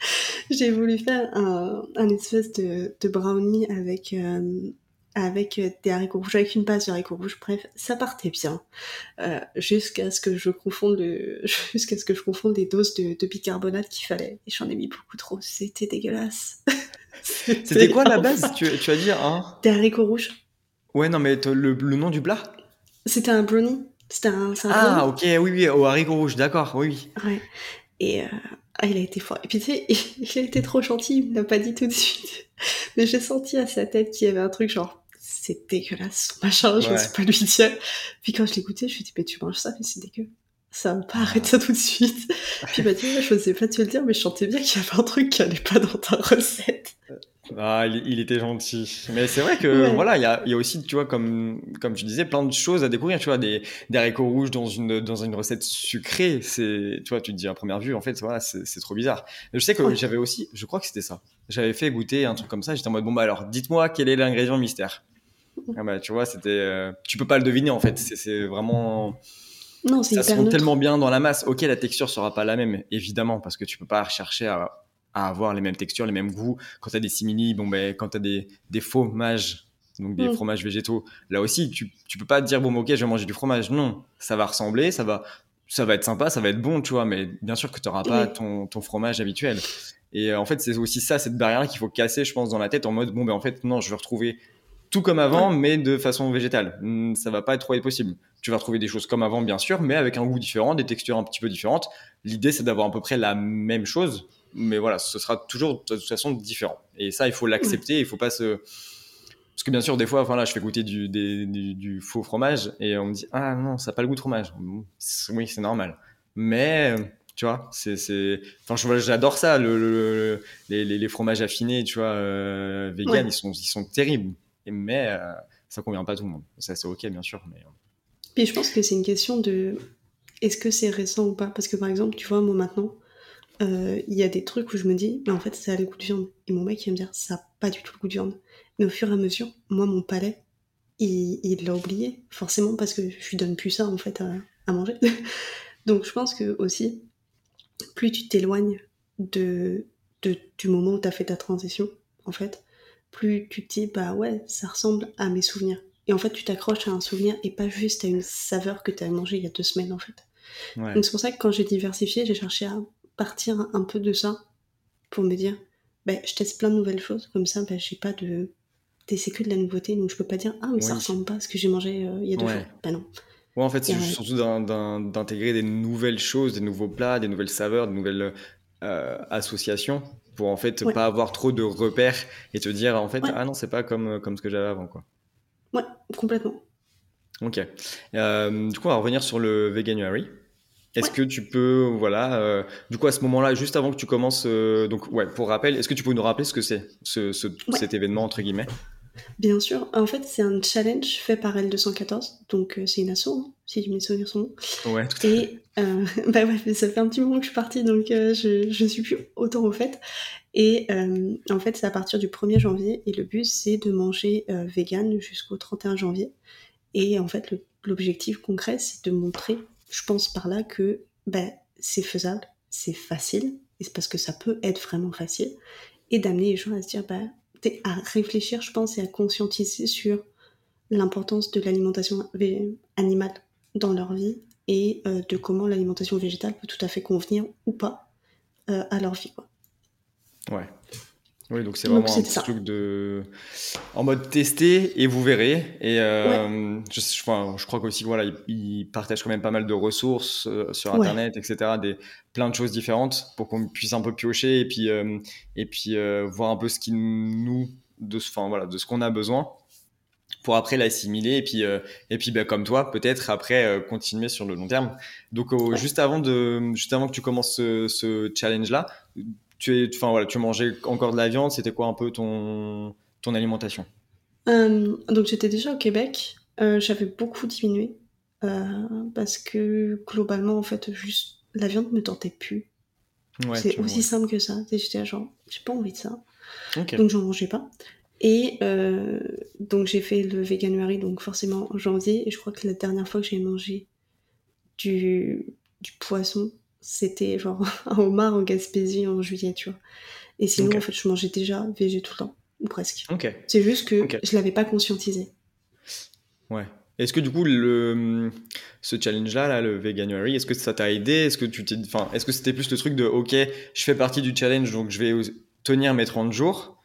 j'ai voulu faire un, un espèce de, de brownie avec, euh, avec des haricots rouges, avec une base de haricots rouges. Bref, ça partait bien. Euh, jusqu'à ce que je confonde le, jusqu'à ce que je confonde les doses de, de bicarbonate qu'il fallait. Et j'en ai mis beaucoup trop. C'était dégueulasse. C'était C'était quoi la base? infâme. Tu, tu as dit un? Des haricots rouges. Ouais, non, mais t- le, le nom du plat? C'était un brownie. C'était un, c'est un Ah, brownie. ok, oui, oui, au haricot rouge, d'accord, oui, oui. Ouais. Et euh, ah, il a été fort. Et puis tu sais, il a été trop gentil, il me l'a pas dit tout de suite. Mais j'ai senti à sa tête qu'il y avait un truc genre, c'est dégueulasse, son machin, je Ouais. n'ose pas lui dire. Puis quand je l'ai goûté, je lui ai dit, mais tu manges ça, mais c'est dégueu. Ça va pas, arrête Ah. ça tout de suite. Puis il m'a dit, ouais, je osais pas te le dire, mais je sentais bien qu'il y avait un truc qui allait pas dans ta recette. Ah, il, il était gentil. Mais c'est vrai que, Ouais, voilà, il y a, il y a aussi, tu vois, comme, comme tu disais, plein de choses à découvrir, tu vois, des, des haricots rouges dans une, dans une recette sucrée. C'est, tu vois, tu te dis à première vue, en fait, voilà, c'est, c'est trop bizarre. Mais je sais que ouais, j'avais aussi, je crois que c'était ça. J'avais fait goûter un truc comme ça. J'étais en mode, bon, bah alors, dites-moi quel est l'ingrédient mystère. Ah bah, tu vois, c'était, euh, tu peux pas le deviner, en fait. C'est, c'est vraiment, non, c'est ça se hyper rend tellement neutre. bien dans la masse. Ok, la texture sera pas la même, évidemment, parce que tu peux pas rechercher à, à avoir les mêmes textures, les mêmes goûts. Quand tu as des simili, bon ben, quand tu as des, des fromages, donc des Mm. fromages végétaux, là aussi, tu, tu peux pas te dire, bon, ok, je vais manger du fromage. Non, ça va ressembler, ça va, ça va être sympa, ça va être bon, tu vois, mais bien sûr que tu n'auras pas Oui, ton, ton fromage habituel. Et euh, en fait, c'est aussi ça, cette barrière qu'il faut casser, je pense, dans la tête, en mode, bon, ben, en fait, non, je veux retrouver tout comme ouais, avant, mais de façon végétale. Hmm, Ça va pas être trop être possible. Tu vas retrouver des choses comme avant, bien sûr, mais avec un goût différent, des textures un petit peu différentes. L'idée, c'est d'avoir à peu près la même chose, mais voilà, ce sera toujours de toute façon différent. Et ça, il faut ouais, l'accepter, il faut pas se... Parce que bien sûr, des fois, enfin là, je fais goûter du, des- du, du faux fromage et on me dit, ah non, ça n'a pas le goût de fromage. Oui, c'est normal. Mais, tu vois, c'est... c'est... Enfin, je- j'adore ça, le, le- le- les, les, les fromages affinés, tu vois, euh, vegan, ouais. ils sont, ils sont terribles. Et- Mais euh, ça convient pas à tout le monde. Ça, c'est ok, bien sûr, mais... Puis je pense que c'est une question de, est-ce que c'est récent ou pas? Parce que par exemple, tu vois, moi maintenant, euh, il y a des trucs où je me dis, mais en fait, ça a le goût de viande. Et mon mec, il va me dire, ça a pas du tout le goût de viande. Mais au fur et à mesure, moi, mon palais, il, il l'a oublié. Forcément, parce que je lui donne plus ça, en fait, à, à manger. Donc, je pense que aussi, plus tu t'éloignes de, de, du moment où tu as fait ta transition, en fait, plus tu te dis, bah ouais, ça ressemble à mes souvenirs. Et en fait, tu t'accroches à un souvenir et pas juste à une saveur que tu as mangée il y a deux semaines, en fait. Ouais. Donc c'est pour ça que quand j'ai diversifié, j'ai cherché à partir un peu de ça pour me dire, ben, je teste plein de nouvelles choses, comme ça, ben, j'ai pas de... C'est que de la nouveauté, donc je peux pas dire, ah mais ça Oui. ressemble pas à ce que j'ai mangé euh, il y a deux jours. Ouais. Ben non. Ouais, en fait, Il c'est y a... juste surtout d'in- d'in- d'intégrer des nouvelles choses, des nouveaux plats, des nouvelles saveurs, des nouvelles euh, associations pour en fait Ouais, pas avoir trop de repères et te dire en fait ouais, ah non c'est pas comme comme ce que j'avais avant quoi. ouais, complètement. Ok. Euh, du coup on va revenir sur le Veganuary. Est-ce Ouais, que tu peux voilà euh, du coup à ce moment-là juste avant que tu commences euh, donc ouais pour rappel est-ce que tu peux nous rappeler ce que c'est ce, ce- ouais, cet événement entre guillemets? bien sûr. En fait, c'est un challenge fait par L deux cent quatorze, donc euh, c'est une asso, hein, si mes souvenirs sont bons. Ouais tout à fait. Et euh, bah ouais, mais ça fait un petit moment que je suis partie, donc euh, je, je suis plus autant au fait. Et euh, en fait, c'est à partir du premier janvier, et le but, c'est de manger euh, vegan jusqu'au trente et un janvier. Et en fait, le- l'objectif concret, c'est de montrer, je pense par là, que bah, c'est faisable, c'est facile, et c'est parce que ça peut être vraiment facile, et d'amener les gens à se dire, bah, t'es- à réfléchir, je pense, et à conscientiser sur l'importance de l'alimentation vé- animale dans leur vie, et euh, de comment l'alimentation végétale peut tout à fait convenir ou pas euh, à leur vie, quoi. Ouais. Oui, donc c'est Donc vraiment un c'était petit ça. truc de en mode tester et vous verrez. Et Ouais, euh, je, enfin, je crois qu'aussi voilà, ils, ils partagent quand même pas mal de ressources euh, sur ouais, Internet, et cetera. Des plein de choses différentes pour qu'on puisse un peu piocher et puis euh, et puis euh, voir un peu ce qui nous de ce, enfin voilà, de ce qu'on a besoin pour après l'assimiler et puis euh, et puis bah, comme toi peut-être après euh, continuer sur le long terme. Donc au- ouais. juste avant de juste avant que tu commences ce, ce challenge là, tu es enfin voilà, tu mangeais encore de la viande, c'était quoi un peu ton ton alimentation? Euh, donc j'étais déjà au Québec, euh, j'avais beaucoup diminué euh, parce que globalement en fait juste la viande me tentait plus. Ouais, C'est tu aussi ouais. simple que ça. Et j'étais là, genre j'ai pas envie de ça, OK. donc j'en mangeais pas. Et euh, donc j'ai fait le Veganuary donc forcément en janvier et je crois que la dernière fois que j'ai mangé du, du poisson c'était genre un homard en Gaspésie en juillet tu vois. Et sinon, Ok. en fait, je mangeais déjà végé tout le temps, ou presque. Ok. C'est juste que Ok. je l'avais pas conscientisé. Ouais. Est-ce que du coup, le, ce challenge-là, là, le Veganuary, est-ce que ça t'a aidé? Est-ce que tu t'es, enfin, est-ce que c'était plus le truc de, ok, je fais partie du challenge, donc je vais tenir mes trente jours,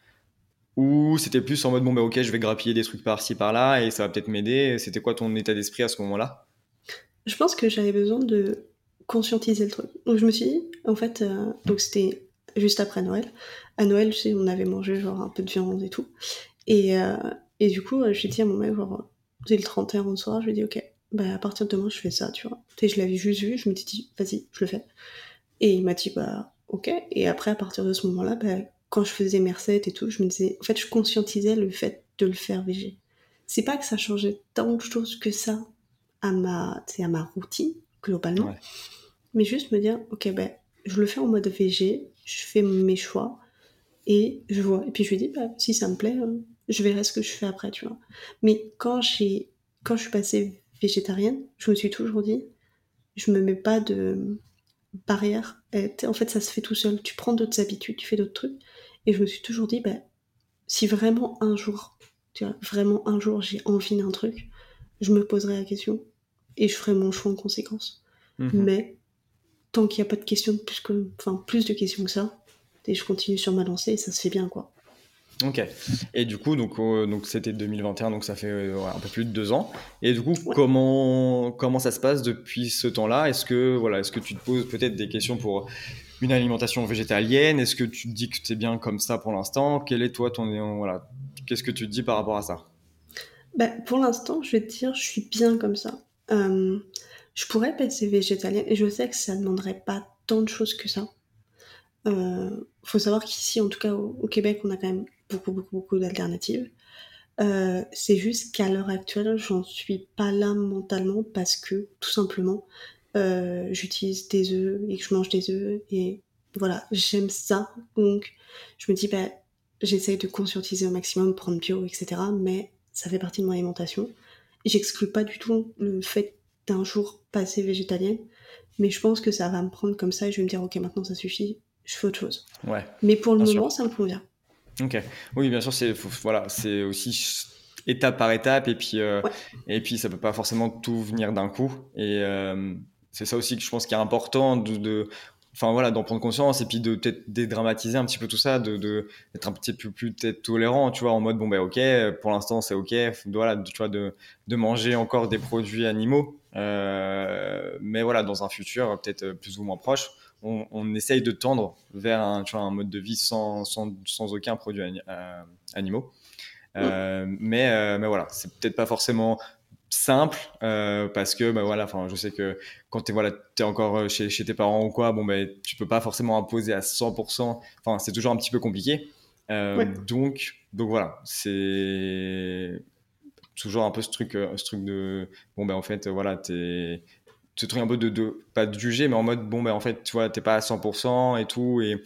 ou c'était plus en mode, bon, bah, ok, je vais grappiller des trucs par-ci, par-là, et ça va peut-être m'aider. C'était quoi ton état d'esprit à ce moment-là? Je pense que j'avais besoin de conscientiser le truc. Donc je me suis dit, en fait, euh, donc c'était juste après Noël. À Noël, tu sais, on avait mangé genre un peu de viande et tout. Et, euh, et du coup, euh, j'ai dit à mon mec, genre, c'est le trente et un au soir, je lui ai dit, ok, bah à partir de demain, je fais ça, tu vois. Tu sais, je l'avais juste vu, je me suis dit, vas-y, je le fais. Et il m'a dit, bah ok. Et après, à partir de ce moment-là, bah, quand je faisais mes recettes et tout, je me disais, en fait, je conscientisais le fait de le faire végé. C'est pas que ça changeait tant de choses que ça à ma, tu sais, à ma routine, globalement, Ouais. mais juste me dire, ok, ben, je le fais en mode végé, je fais mes choix, et je vois. Et puis je lui dis, bah, si ça me plaît, euh, je verrai ce que je fais après, tu vois. Mais quand j'ai, quand je suis passée végétarienne, je me suis toujours dit, je me mets pas de barrière. Et, en fait, ça se fait tout seul. Tu prends d'autres habitudes, tu fais d'autres trucs. Et je me suis toujours dit, bah, si vraiment un jour, tu vois, vraiment un jour j'ai envie d'un truc, je me poserai la question et je ferai mon choix en conséquence. Mhm. Mais tant qu'il n'y a pas de questions plus que, enfin, plus de questions que ça, et je continue sur ma lancée et ça se fait bien, quoi. Ok. Et du coup, donc, euh, donc c'était deux mille vingt et un, donc ça fait euh, ouais, un peu plus de deux ans. Et du coup, Ouais. comment comment ça se passe depuis ce temps-là? Est-ce que voilà, est-ce que tu te poses peut-être des questions pour une alimentation végétalienne? Est-ce que tu te dis que c'est bien comme ça pour l'instant? Quel est toi ton euh, voilà, qu'est-ce que tu te dis par rapport à ça? Bah, pour l'instant, je vais te dire, je suis bien comme ça. Euh, je pourrais passer végétalienne et je sais que ça ne demanderait pas tant de choses que ça. Euh, faut savoir qu'ici, en tout cas au, au Québec, on a quand même beaucoup, beaucoup, beaucoup d'alternatives. Euh, c'est juste qu'à l'heure actuelle, j'en suis pas là mentalement parce que tout simplement, euh, j'utilise des œufs et que je mange des œufs et voilà, j'aime ça. Donc, je me dis, bah, j'essaye de conscientiser au maximum, prendre bio, et cetera. Mais ça fait partie de mon alimentation. J'exclus pas du tout le fait d'un jour passer végétalienne, mais je pense que ça va me prendre comme ça et je vais me dire, ok, maintenant ça suffit, je fais autre chose. Ouais, Mais pour le bien sûr. moment, ça me convient. Ok. Oui, bien sûr, c'est faut- voilà, c'est aussi ch- étape par étape et puis euh, Ouais, et puis ça peut pas forcément tout venir d'un coup et euh, c'est ça aussi que je pense qu'il est important de, de enfin voilà d'en prendre conscience et puis de peut-être dédramatiser un petit peu tout ça, de de- d'être un petit peu plus peut-être tolérant, tu vois, en mode bon ben ok, pour l'instant c'est ok, voilà, tu vois, de de manger encore des produits animaux, euh, mais voilà dans un futur peut-être plus ou moins proche on, on essaye de tendre vers un, tu vois, un mode de vie sans, sans, sans aucun produit ani- euh, animaux. mm, Euh, mais, euh, mais voilà, c'est peut-être pas forcément simple euh, parce que bah voilà, enfin je sais que quand t'es voilà, t'es encore chez, chez tes parents ou quoi, bon ben tu peux pas forcément imposer à cent pour cent. Enfin c'est toujours un petit peu compliqué. Euh, ouais. donc donc voilà, c'est toujours un peu ce truc euh, ce truc de bon ben en fait voilà t'es ce truc un peu de, de pas de juger mais en mode bon ben en fait tu vois t'es pas à cent pour cent et tout et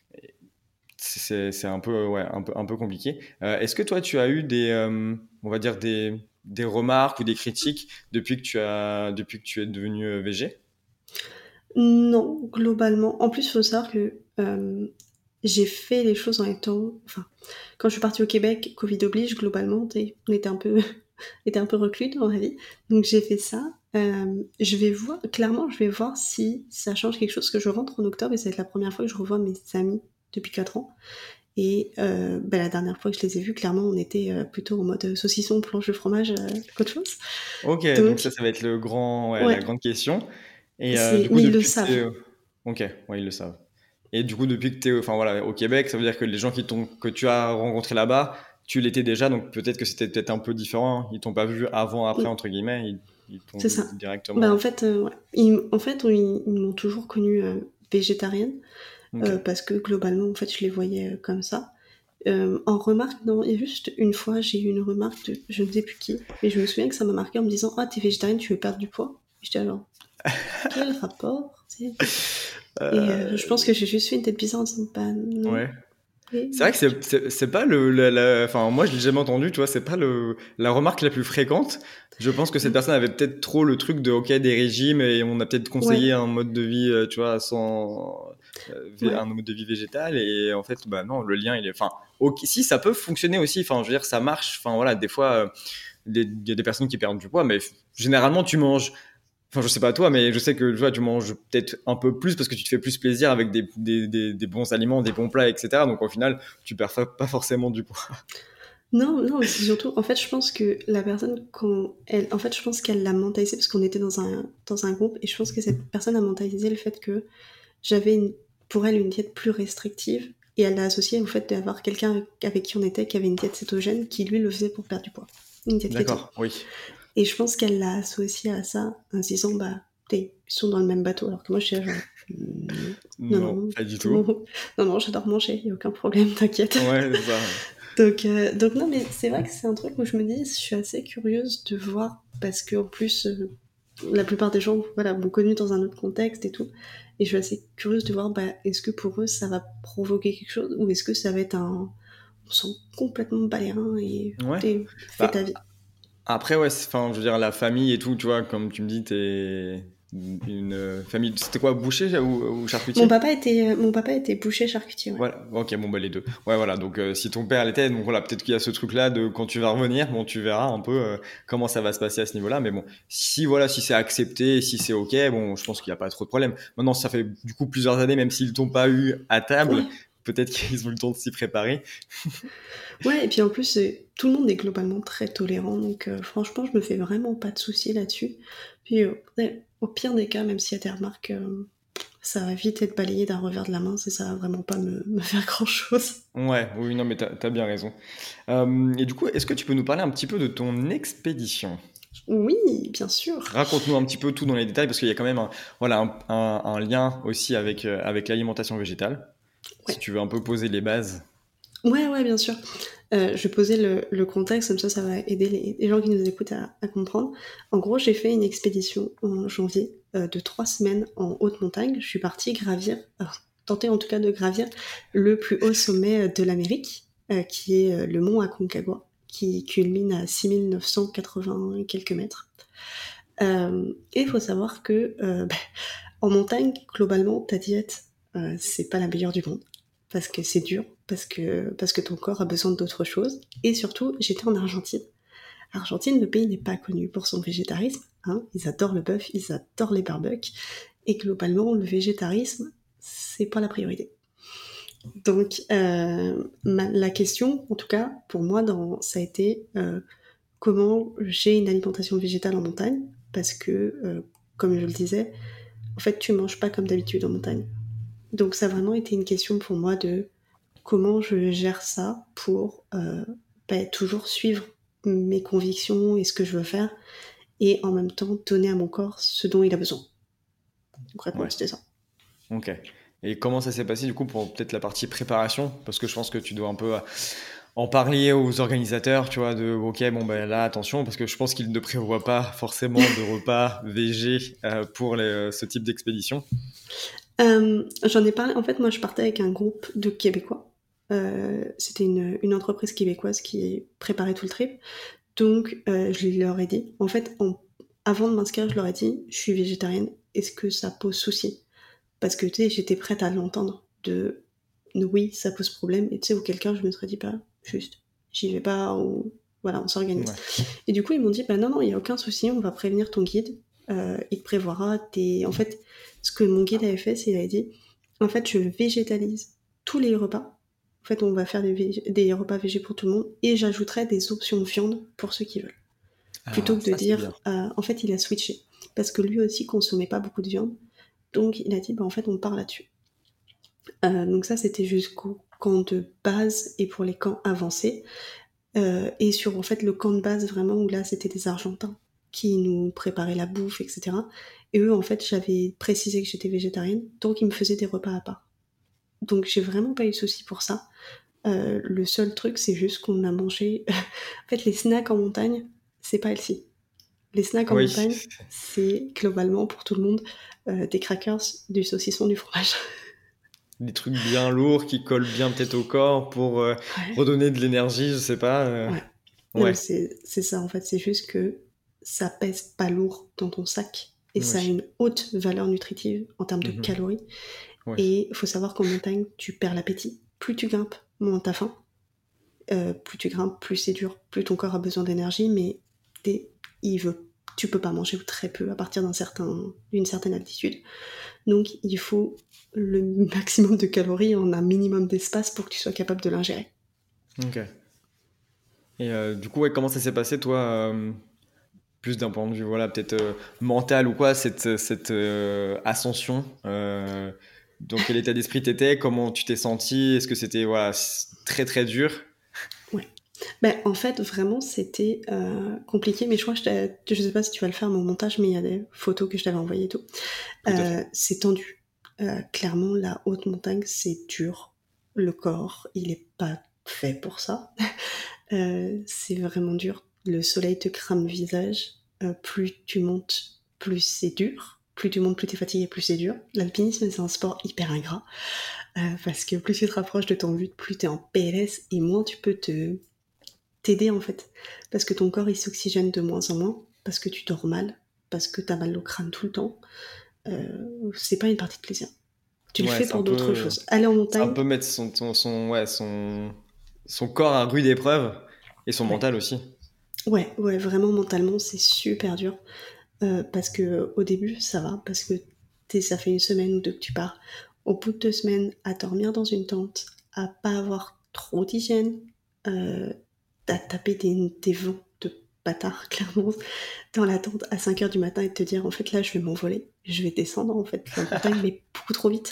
c'est c'est un peu ouais un peu un peu compliqué. Euh, est-ce que toi tu as eu des euh, on va dire des des remarques ou des critiques depuis que tu as depuis que tu es devenu euh, végé? Non, globalement. En plus, il faut savoir que euh, j'ai fait les choses en étant. Enfin, quand je suis partie au Québec, Covid oblige, globalement, t'es- on était un peu, on était un peu reclus dans la vie. Donc j'ai fait ça. Euh, je vais voir, clairement, je vais voir si ça change quelque chose, parce que je rentre en octobre et ça va être la première fois que je revois mes amis depuis quatre ans. Et euh, bah, la dernière fois que je les ai vus, clairement, on était euh, plutôt en mode saucisson, planche de fromage, euh, qu'autre chose. Ok, donc ça Donc, ça va être le grand ouais, la ouais, grande question. Et euh, c'est. du coup Mais ils le depuis que savent. t'es euh, ok ouais ils le savent. Et du coup depuis que tu es enfin voilà au Québec ça veut dire que les gens qui t'ont que tu as rencontrés là-bas tu l'étais déjà donc peut-être que c'était peut-être un peu différent ils t'ont pas vu avant après entre guillemets ils ils t'ont C'est vu ça. Bah, en directement. fait, euh, ouais. Ils, en fait, ils, ils m'ont toujours connue euh, végétarienne Ok. euh, parce que globalement, en fait, je les voyais euh, comme ça. Euh, en remarque, non, il y a juste une fois, j'ai eu une remarque de je ne sais plus qui, mais je me souviens que ça m'a marqué en me disant, ah, t'es végétarienne, tu veux perdre du poids? J'étais alors, quel rapport? Tu sais. Et euh, je pense Euh, que j'ai juste fait une tête bizarre en disant, bah non. ouais. Et C'est vrai que c'est c'est c'est pas le la, la- enfin moi je l'ai jamais entendu tu vois c'est pas le la remarque la plus fréquente. Je pense que cette personne avait peut-être trop le truc de ok des régimes et on a peut-être conseillé ouais, un mode de vie euh, tu vois sans euh, vé- Ouais. un mode de vie végétal et en fait, bah non, le lien, il est. Enfin, ok, si ça peut fonctionner aussi. Enfin, je veux dire, ça marche. Enfin voilà, des fois, euh, des- il y a des personnes qui perdent du poids, mais f- généralement, tu manges. Enfin, je sais pas toi, mais je sais que tu vois, tu manges peut-être un peu plus parce que tu te fais plus plaisir avec des, des, des, des bons aliments, des bons plats, et cetera. Donc au final, tu perds fa- pas forcément du poids. Non, non, mais c'est surtout, en fait, je pense que la personne, quand elle, en fait, je pense qu'elle l'a mentalisé parce qu'on était dans un, dans un groupe et je pense que cette personne a mentalisé le fait que j'avais une, pour elle une diète plus restrictive et elle l'a associé au fait d'avoir quelqu'un avec, avec qui on était qui avait une diète cétogène qui lui le faisait pour perdre du poids, une diète keto. D'accord, oui. Et je pense qu'elle l'a associé à ça en se disant, bah, t'es- ils sont dans le même bateau, alors que moi je suis là genre, non, non, Non, non, pas du tout, tout. non, non, j'adore manger, y a aucun problème, t'inquiète. Ouais, c'est ça. Donc, euh, donc non, mais c'est vrai que c'est un truc où je me dis, je suis assez curieuse de voir, parce que en plus, euh, la plupart des gens, voilà, m'ont connu dans un autre contexte et tout, et je suis assez curieuse de voir, bah, est-ce que pour eux, ça va provoquer quelque chose, ou est-ce que ça va être un, on s'en complètement bat les reins et Ouais. t'es, fais ta Bah, vie. après, ouais, c'est- enfin, je veux dire, la famille et tout, tu vois, comme tu me dis, t'es une euh, famille. C'était quoi, boucher ou, ou Mon charcutier? papa était, euh, mon papa était boucher charcutier, ouais. Voilà, ok, bon, bah les deux. Ouais, voilà, donc euh, si ton père l'était, donc voilà, peut-être qu'il y a ce truc-là de quand tu vas revenir, bon, tu verras un peu euh, comment ça va se passer à ce niveau-là, mais bon, si voilà, si c'est accepté, si c'est ok, bon, je pense qu'il n'y a pas trop de problème. Maintenant, ça fait du coup plusieurs années, même s'ils t'ont pas eu à table, Ouais, peut-être qu'ils ont eu le temps de s'y préparer. ouais, et puis en plus, euh, tout le monde est globalement très tolérant, donc euh, franchement, je me fais vraiment pas de soucis là-dessus. Puis euh, ouais, au pire des cas, même s'il y a des remarques, euh, ça va vite être balayé d'un revers de la main, ça, ça va vraiment pas me, me faire grand-chose. Ouais, oui, non, mais t'as, t'as bien raison. Euh, et du coup, est-ce que tu peux nous parler un petit peu de ton expédition? Oui, bien sûr. Raconte-nous un petit peu tout dans les détails, parce qu'il y a quand même un, voilà, un, un- un lien aussi avec, euh, avec l'alimentation végétale. Si Ouais, tu veux un peu poser les bases. ouais, ouais, bien sûr. Euh, je vais poser le, le contexte, comme ça, ça va aider les, les gens qui nous écoutent à, à comprendre. En gros, j'ai fait une expédition en janvier euh, de trois semaines en haute montagne. Je suis partie gravir, euh, tenter en tout cas de gravir le plus haut sommet euh, de l'Amérique, euh, qui est euh, le mont Aconcagua, qui culmine à six mille neuf cent quatre-vingts et quelques mètres. Euh, et il faut savoir que euh, bah, en montagne, globalement, ta diète, euh, c'est pas la meilleure du monde. Parce que c'est dur, parce que, parce que ton corps a besoin d'autre chose. Et surtout, j'étais en Argentine. Argentine, le pays n'est pas connu pour son végétarisme. Hein. Ils adorent le bœuf, ils adorent les barbecues. Et globalement, le végétarisme, c'est pas la priorité. Donc, euh, ma- la question, en tout cas, pour moi, dans, ça a été euh, comment j'ai une alimentation végétale en montagne. Parce que, euh, comme je le disais, en fait, tu manges pas comme d'habitude en montagne. Donc ça a vraiment été une question pour moi de comment je gère ça pour euh, bah, toujours suivre mes convictions et ce que je veux faire et en même temps donner à mon corps ce dont il a besoin. Concrètement, Ouais, c'était ça. ok. Et comment ça s'est passé du coup pour peut-être la partie préparation? Parce que je pense que tu dois un peu euh, en parler aux organisateurs, tu vois, de ok, bon ben là, attention, parce que je pense qu'ils ne prévoient pas forcément de repas végé euh, pour les- euh, ce type d'expédition. Euh, J'en ai parlé, en fait, moi je partais avec un groupe de Québécois. Euh, C'était une, une entreprise québécoise qui préparait tout le trip. Donc euh, je leur ai dit, en fait, en- avant de m'inscrire, je leur ai dit, je suis végétarienne, est-ce que ça pose souci? Parce que tu sais, j'étais prête à l'entendre de oui, ça pose problème, et tu sais, ou quelqu'un, je me serais dit, bah, juste, j'y vais pas, ou voilà, on s'organise. Ouais. Et du coup, ils m'ont dit, bah non, non, il n'y a aucun souci, on va prévenir ton guide, euh, il te prévoira tes. En fait, ce que mon guide avait fait, c'est qu'il avait dit, en fait, je végétalise tous les repas. En fait, on va faire des, vég- des repas végés pour tout le monde, et j'ajouterai des options viande pour ceux qui veulent. Plutôt Ah, que de ça c'est dire, bien. euh, en fait, il a switché. Parce que lui aussi consommait pas beaucoup de viande. Donc, il a dit, bah en fait, on part là-dessus. Euh, donc ça, c'était jusqu'au camp de base et pour les camps avancés. Euh, et sur en fait le camp de base vraiment où là c'était des Argentins qui nous préparaient la bouffe, et cetera. Et eux en fait j'avais précisé que j'étais végétarienne, donc ils me faisaient des repas à part. Donc j'ai vraiment pas eu de souci pour ça. Euh, le seul truc c'est juste qu'on a mangé. En fait les snacks en montagne, c'est pas healthy. Les snacks en Oui, montagne, c'est globalement pour tout le monde euh, des crackers, du saucisson, du fromage. des trucs bien lourds qui collent bien peut-être au corps pour euh, Ouais. redonner de l'énergie, je sais pas. euh, Ouais. Non, mais Ouais, c'est c'est ça, en fait. C'est juste que ça pèse pas lourd dans ton sac et ça a oui. une haute valeur nutritive en termes de Mhm. calories. Ouais. Et il faut savoir qu'en montagne, tu perds l'appétit. Plus tu grimpes, moins t'as faim. Euh, plus tu grimpes, plus c'est dur, plus ton corps a besoin d'énergie, mais t'es- il veut, tu peux pas manger ou très peu à partir d'un certain, d'une certaine altitude. Donc il faut le maximum de calories en un minimum d'espace pour que tu sois capable de l'ingérer. Ok. Et euh, du coup, ouais, comment ça s'est passé, toi, euh, plus d'un point de vue, voilà, peut-être euh, mental ou quoi, cette, cette euh, ascension euh, dans quel état d'esprit t'étais? Comment tu t'es senti? Est-ce que c'était voilà, c- très très dur? Ouais. Ben, en fait, vraiment, c'était euh, compliqué, mais je crois que je, t'ai- je sais pas si tu vas le faire, mon montage, mais il y a des photos que je t'avais envoyées et tout. Tout à Euh, fait. c'est tendu. Euh, clairement, la haute montagne, c'est dur. Le corps, il est pas fait pour ça. Euh, c'est vraiment dur. Le soleil te crame le visage. Euh, plus tu montes, plus c'est dur. Plus tu montes, plus t'es fatigué, plus c'est dur. L'alpinisme, c'est un sport hyper ingrat. Euh, parce que plus tu te rapproches de ton but, plus t'es en P L S et moins tu peux te t'aider en fait. Parce que ton corps il s'oxygène de moins en moins, parce que tu dors mal, parce que t'as mal au crâne tout le temps. Euh, c'est pas une partie de plaisir. Tu le Ouais, fais c'est un pour d'autres peu, choses. Aller en c'est un montagne, peu mettre son, son, son- ouais, son, son corps à rude épreuve et son ouais. mental aussi. Ouais, ouais, vraiment mentalement c'est super dur. Euh, parce que au début ça va, parce que t'es- ça fait une semaine ou deux que tu pars. Au bout de deux semaines, à dormir dans une tente, à pas avoir trop d'hygiène, euh, à taper des, des vents de bâtard, clairement, dans la tente à cinq heures du matin et te dire en fait là je vais m'envoler, je vais descendre en fait la montagne mais beaucoup trop vite.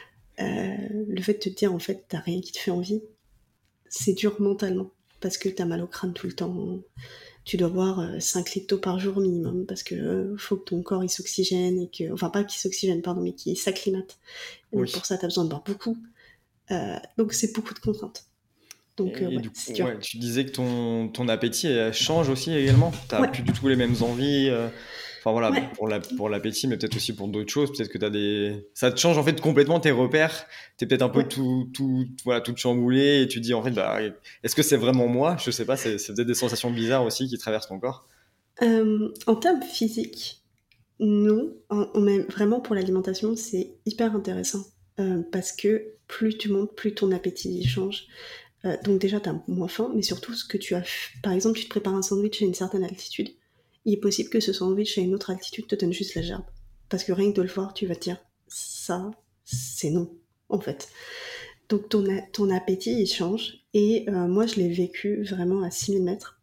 Euh, le fait de te dire en fait t'as rien qui te fait envie, c'est dur mentalement parce que t'as mal au crâne tout le temps. Tu dois boire euh, cinq litres d'eau par jour minimum parce que euh, faut que ton corps il s'oxygène et que enfin pas qu'il s'oxygène pardon mais qu'il s'acclimate. Et donc Oui. pour ça t'as besoin de boire beaucoup. Euh, donc c'est beaucoup de contraintes. Donc euh, Et, et ouais du c'est coup, dur. ouais, tu disais que ton, ton appétit euh, change aussi également. T'as Ouais plus du tout les mêmes envies. euh, Enfin voilà, ouais pour la, pour l'appétit, mais peut-être aussi pour d'autres choses. Peut-être que t'as des, ça te change en fait complètement tes repères. T'es peut-être un peu ouais. tout, tout, voilà, tout chamboulé et tu te dis en fait, bah, est-ce que c'est vraiment moi? Je sais pas. C'est, c'est peut-être des sensations bizarres aussi qui traversent ton corps. Euh, en termes physiques, non. En, en même- vraiment pour l'alimentation c'est hyper intéressant euh, parce que plus tu montes, plus ton appétit change. Euh, donc déjà, tu as moins faim, mais surtout ce que tu as... f- Par exemple, tu te prépares un sandwich à une certaine altitude. Il est possible que ce sandwich à une autre altitude te donne juste la gerbe. Parce que rien que de le voir, tu vas te dire, ça, c'est non, en fait. Donc ton, a- ton appétit, il change. Et euh, moi, je l'ai vécu vraiment à six mille mètres.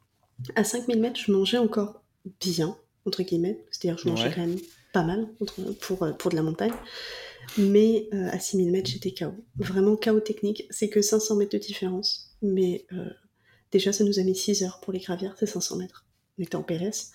À cinq mille mètres, je mangeais encore bien, entre guillemets. C'est-à-dire, je mangeais Ouais. quand même pas mal entre- pour, euh, pour de la montagne. Mais euh, à six mille mètres, j'étais K O. Vraiment K O technique. C'est que cinq cents mètres de différence. Mais euh, déjà, ça nous a mis six heures pour les gravir, c'est cinq cents mètres. On était en P L S.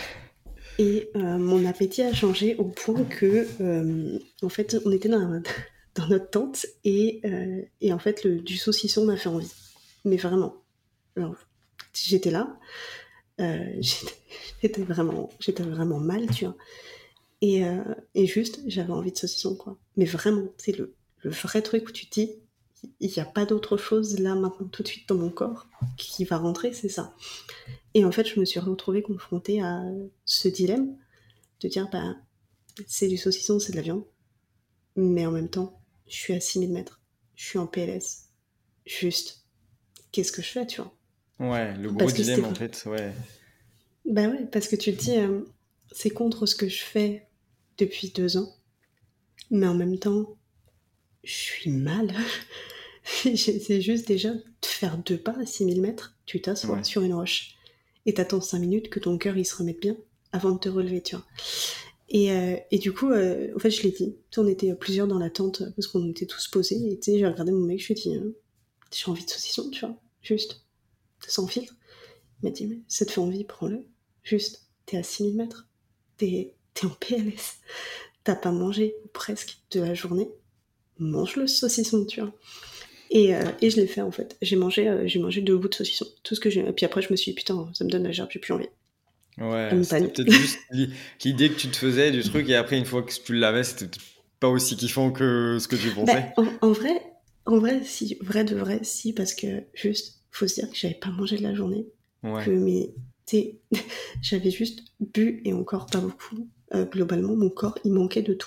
Et euh, mon appétit a changé au point que, euh, en fait, on était dans, un- dans notre tente et, euh, et en fait, le, du saucisson m'a fait envie. Mais vraiment. Alors, j'étais là, euh, j'étais j'étais vraiment, j'étais vraiment mal, tu vois. Et, euh, et juste, j'avais envie de saucisson, quoi. Mais vraiment, c'est le, le vrai truc où tu te dis, il n'y a pas d'autre chose là, maintenant, tout de suite dans mon corps qui va rentrer, c'est ça. Et en fait, je me suis retrouvée confrontée à ce dilemme de dire, bah, c'est du saucisson, c'est de la viande, mais en même temps, je suis à six mille mètres, je suis en P L S. Juste, qu'est-ce que je fais, tu vois? Ouais, le gros Parce que c'était dilemme en vrai. fait. Ouais. Bah ouais, parce que tu te dis, euh, c'est contre ce que je fais depuis deux ans, mais en même temps, je suis mal. C'est juste déjà de faire deux pas à six mille mètres, tu t'assois Ouais. sur une roche et t'attends cinq minutes que ton cœur il se remette bien avant de te relever, tu vois. Et, euh, et du coup, euh, en fait, je l'ai dit. Tu sais, on était plusieurs dans la tente parce qu'on était tous posés. Et tu sais, j'ai regardé mon mec, je lui ai dit, hein, j'ai envie de saucisson, tu vois, juste, sans filtre. Il m'a dit, mais ça te fait envie, prends-le. Juste, t'es à six mille mètres, t'es t'es en P L S, t'as pas mangé presque de la journée, mange le saucisson, tu vois. Et, euh, et je l'ai fait en fait. J'ai mangé, euh, j'ai mangé deux bouts de saucisson, tout ce que j'ai. Et puis après, je me suis dit, putain, ça me donne la gerbe, j'ai plus envie. La Ouais, c'était montagne. peut-être juste l'i- l'idée que tu te faisais du truc et après une fois que tu l'avais, c'était peut-être pas aussi kiffant que ce que tu Bah, pensais. en, en vrai, en vrai, si, vrai de vrai, si, parce que juste, faut se dire que j'avais pas mangé de la journée, que Ouais. mes, t'sais, j'avais juste bu et encore pas beaucoup. Euh, globalement, mon corps, il manquait de tout.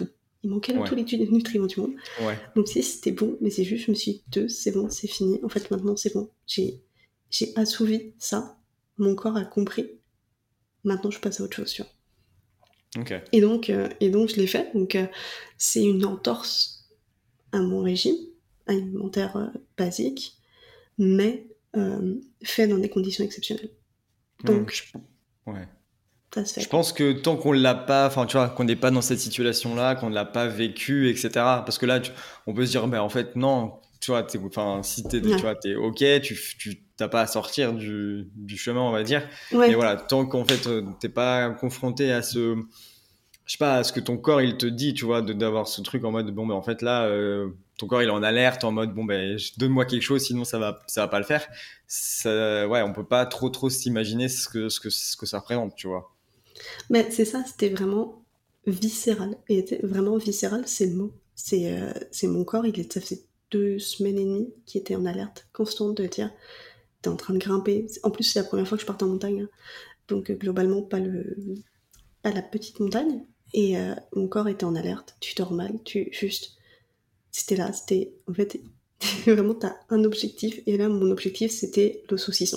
Il manquait Ouais. tous les tu- nutriments du monde. Ouais. Donc si c'était bon, mais c'est juste, je me suis dit, deux, c'est bon, c'est fini. En fait, maintenant, c'est bon. J'ai, j'ai assouvi ça. Mon corps a compris. Maintenant, je passe à autre chose, tu vois. Ok. Et donc, euh, et donc je l'ai fait. Donc, euh, c'est une entorse à mon régime alimentaire euh, basique, mais euh, fait dans des conditions exceptionnelles. Hmm, Donc, je... Ouais. ça se fait, Je quoi. pense que tant qu'on l'a pas, enfin tu vois, qu'on n'est pas dans cette situation-là, qu'on ne l'a pas vécu, et cetera. Parce que là, tu- on peut se dire, ben en fait non, tu vois, t'es- enfin si t'es, tu Ouais. vois, t'es ok, tu, tu t'as pas à sortir du, du chemin, on va dire. Mais Ouais. voilà, tant qu'en fait euh, t'es pas confronté à ce, je sais pas, à ce que ton corps il te dit, tu vois, de d'avoir ce truc en mode bon ben en fait là, euh, ton corps il est en alerte, en mode bon ben je- donne-moi quelque chose, sinon ça va, ça va pas le faire. Ça, ouais, on peut pas trop trop s'imaginer ce que ce que ce que ça représente, tu vois. Mais c'est ça, c'était vraiment viscéral. Et était vraiment viscéral, c'est le mot. C'est euh, c'est mon corps, il est, ça faisait deux semaines et demie qui était en alerte constante de dire t'es en train de grimper. En plus, c'est la première fois que je parte en montagne. Hein. Donc, euh, globalement, pas, le, pas la petite montagne. Et euh, mon corps était en alerte. Tu dors mal, tu juste. C'était là, c'était. En fait, vraiment, t'as un objectif. Et là, mon objectif, c'était le saucisson.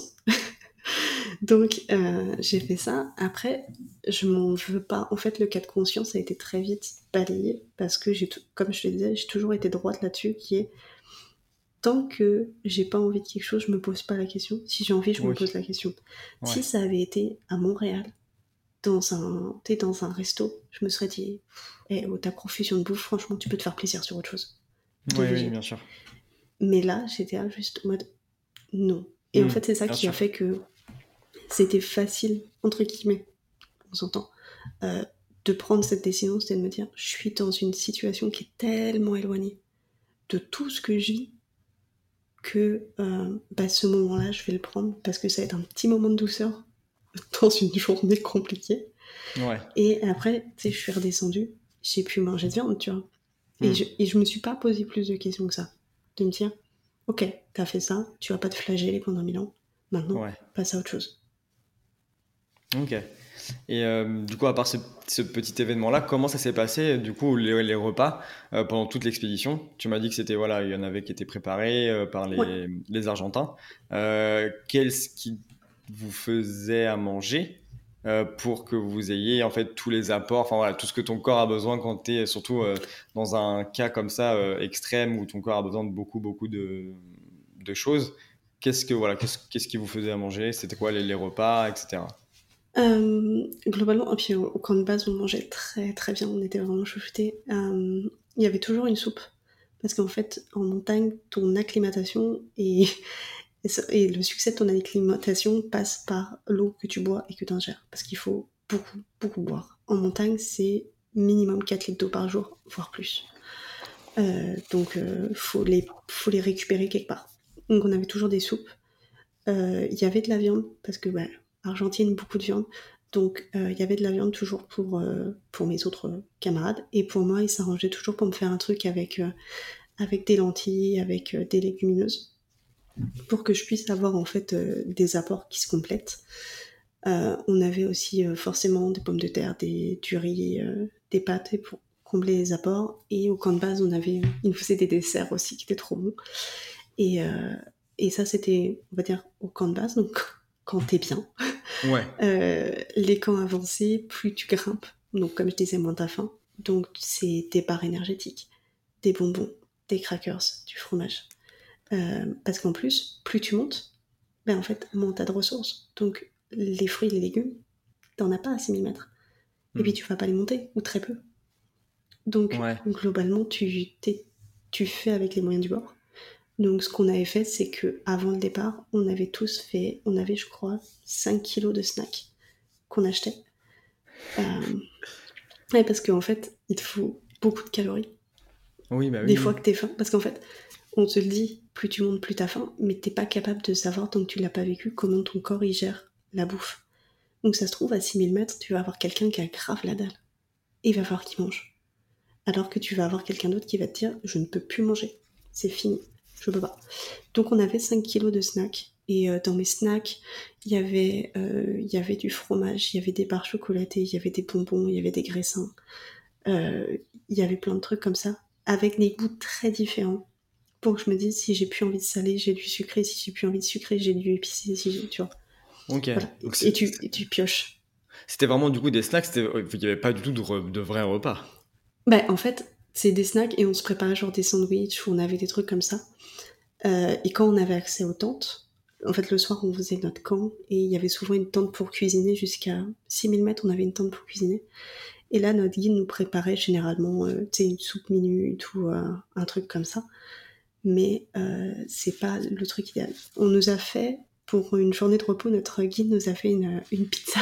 Donc, euh, j'ai fait ça. Après, je m'en veux pas. En fait, le cas de conscience a été très vite balayé parce que, j'ai, comme je te disais, j'ai toujours été droite là-dessus, qui est tant que j'ai pas envie de quelque chose, je me pose pas la question. Si j'ai envie, je me Oui. pose la question. Ouais. Si ça avait été à Montréal, dans un, t'es dans un resto, je me serais dit, eh, oh, ta profusion de bouffe, franchement, tu peux te faire plaisir sur autre chose. De Oui, oui, végé. bien sûr. Mais là, j'étais là juste en mode, non. Et en Hmm, fait, c'est ça bien qui a sûr. fait que c'était facile, entre guillemets, on s'entend, euh, de prendre cette décision, c'était de me dire, je suis dans une situation qui est tellement éloignée de tout ce que je vis que euh, bah, ce moment-là, je vais le prendre parce que ça va être un petit moment de douceur dans une journée compliquée. Ouais. Et après, tu sais, je suis redescendue, j'ai pu manger de viande, tu vois. Et, Hmm. je, et je me suis pas posé plus de questions que ça. De me dire, ok, t'as fait ça, tu vas pas te flageller pendant mille ans, maintenant, Ouais. passe à autre chose. Ok. Et euh, du coup, à part ce, ce petit événement-là, comment ça s'est passé, du coup, les, les repas euh, pendant toute l'expédition? Tu m'as dit que c'était, voilà, il y en avait qui étaient préparés euh, par Ouais. les, les Argentins. Euh, qu'est-ce qui vous faisait à manger euh, pour que vous ayez en fait tous les apports, enfin voilà, tout ce que ton corps a besoin quand tu es surtout euh, dans un cas comme ça euh, extrême où ton corps a besoin de beaucoup, beaucoup de, de choses. Qu'est-ce que voilà, qu'est-ce, qu'est-ce qui vous faisait à manger? C'était quoi les, les repas, et cetera. Euh, globalement, et puis au, au camp de base, on mangeait très très bien, on était vraiment chouchoutés. Euh, Il y avait toujours une soupe, parce qu'en fait, en montagne, ton acclimatation et, et, ça- et le succès de ton acclimatation passe par l'eau que tu bois et que tu ingères, parce qu'il faut beaucoup, beaucoup boire. En montagne, c'est minimum quatre litres d'eau par jour, voire plus. Euh, donc, euh, faut les, faut les récupérer quelque part. Donc, on avait toujours des soupes. Euh, Il y avait de la viande, parce que ouais, Argentine, beaucoup de viande. Donc euh, il y avait de la viande toujours pour, euh, pour mes autres camarades. Et pour moi, ils s'arrangeaient toujours pour me faire un truc avec, euh, avec des lentilles, avec euh, des légumineuses, pour que je puisse avoir en fait euh, des apports qui se complètent. Euh, on avait aussi euh, forcément des pommes de terre, des, du riz, euh, des pâtes et pour combler les apports. Et au camp de base, on avait, ils nous faisaient des desserts aussi qui étaient trop bons. Et, euh, et ça, c'était, on va dire, au camp de base, donc quand t'es bien. Ouais. Euh, les camps avancés, plus tu grimpes, donc comme je disais, moins t'as faim. Donc c'est des barres énergétiques, des bonbons, des crackers, du fromage. Euh, parce qu'en plus, plus tu montes, ben en fait, moins t'as de ressources. Donc les fruits et les légumes, t'en as pas à six mille mètres. Et puis Hmm. tu vas pas les monter, ou très peu. Donc Ouais. globalement, tu, t'es- tu fais avec les moyens du bord. Donc ce qu'on avait fait, c'est que avant le départ, on avait tous fait, on avait je crois cinq kilos de snacks qu'on achetait. Euh, ouais, parce qu'en fait, il te faut beaucoup de calories. Oui, bah Des oui, fois oui. que t'es faim, parce qu'en fait, on te le dit, plus tu montes, plus t'as faim, mais t'es pas capable de savoir, tant que tu l'as pas vécu, comment ton corps y gère la bouffe. Donc ça se trouve, à six mille mètres, tu vas avoir quelqu'un qui a grave la dalle. Et il va falloir qu'il mange. Alors que tu vas avoir quelqu'un d'autre qui va te dire, je ne peux plus manger. C'est fini. Je peux pas. Donc on avait cinq kilos de snacks. Et euh, dans mes snacks, il y avait, euh, il y avait du fromage, il y avait des barres chocolatées, il y avait des bonbons, il y avait des graissins. Euh, Il y avait plein de trucs comme ça, avec des goûts très différents, pour que je me dise si j'ai plus envie de salé, j'ai du sucré, si j'ai plus envie de sucré, j'ai du épicé, si j'ai, tu vois. Ok. Voilà. Donc Et c'est- tu, et tu pioches. c'était vraiment du coup des snacks, c'était- il n'y avait pas du tout de, re- de vrais repas. Bah, en fait, c'est des snacks et on se préparait genre des sandwichs ou on avait des trucs comme ça. Euh, et quand on avait accès aux tentes, en fait, le soir, on faisait notre camp et il y avait souvent une tente pour cuisiner jusqu'à six mille mètres, on avait une tente pour cuisiner. Et là, notre guide nous préparait généralement, euh, tu sais, une soupe minute ou euh, un truc comme ça. Mais euh, c'est pas le truc idéal. On nous a fait, pour une journée de repos, notre guide nous a fait une, une pizza.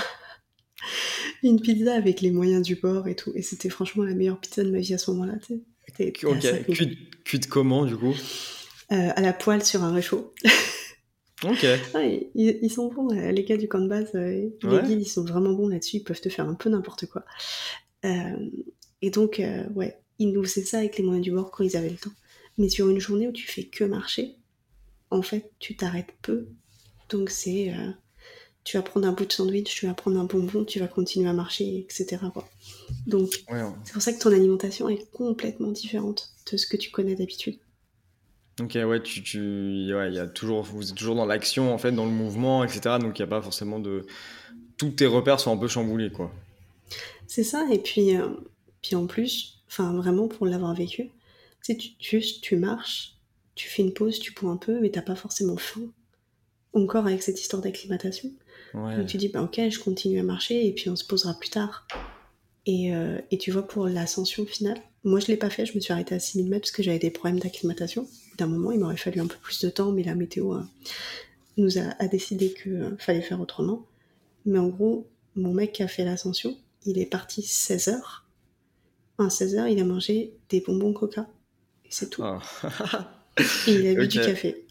Une pizza avec les moyens du bord et tout. Et c'était franchement la meilleure pizza de ma vie à ce moment-là. Tu sais. T'es, t'es à Ok. cinq minutes. Cuite, cuite comment du coup? Euh, à la poêle sur un réchaud. Ok. Ouais, ils, ils sont bons, euh, les gars du camp de base. euh, les Ouais. guides, ils sont vraiment bons là-dessus. Ils peuvent te faire un peu n'importe quoi. Euh, et donc, euh, ouais, ils nous faisaient ça avec les moyens du bord quand ils avaient le temps. Mais sur une journée où tu fais que marcher, en fait, tu t'arrêtes peu. Donc, c'est. euh, tu vas prendre un bout de sandwich, tu vas prendre un bonbon, tu vas continuer à marcher, et cetera quoi. Donc, Ouais. c'est pour ça que ton alimentation est complètement différente de ce que tu connais d'habitude. Ok, ouais, tu, tu, ouais, il y a toujours, vous êtes toujours dans l'action, en fait, dans le mouvement, et cetera. Donc, il n'y a pas forcément de. Tous tes repères sont un peu chamboulés, quoi. C'est ça, et puis, euh, puis en plus, enfin vraiment pour l'avoir vécu, tu sais, tu, juste tu marches, tu fais une pause, tu bois un peu, mais t'as pas forcément faim. Encore avec cette histoire d'acclimatation. Donc Ouais. tu dis, bah ok, je continue à marcher, et puis on se posera plus tard. Et, euh, et tu vois, pour l'ascension finale, moi je l'ai pas fait, je me suis arrêtée à six mille mètres parce que j'avais des problèmes d'acclimatation. D'un moment, il m'aurait fallu un peu plus de temps, mais la météo euh, nous a, a décidé qu'il euh, fallait faire autrement. Mais en gros, mon mec qui a fait l'ascension, il est parti seize heures. À seize heures, il a mangé des bonbons Coca. Et c'est tout. Ah. Et il a bu Ok. du café.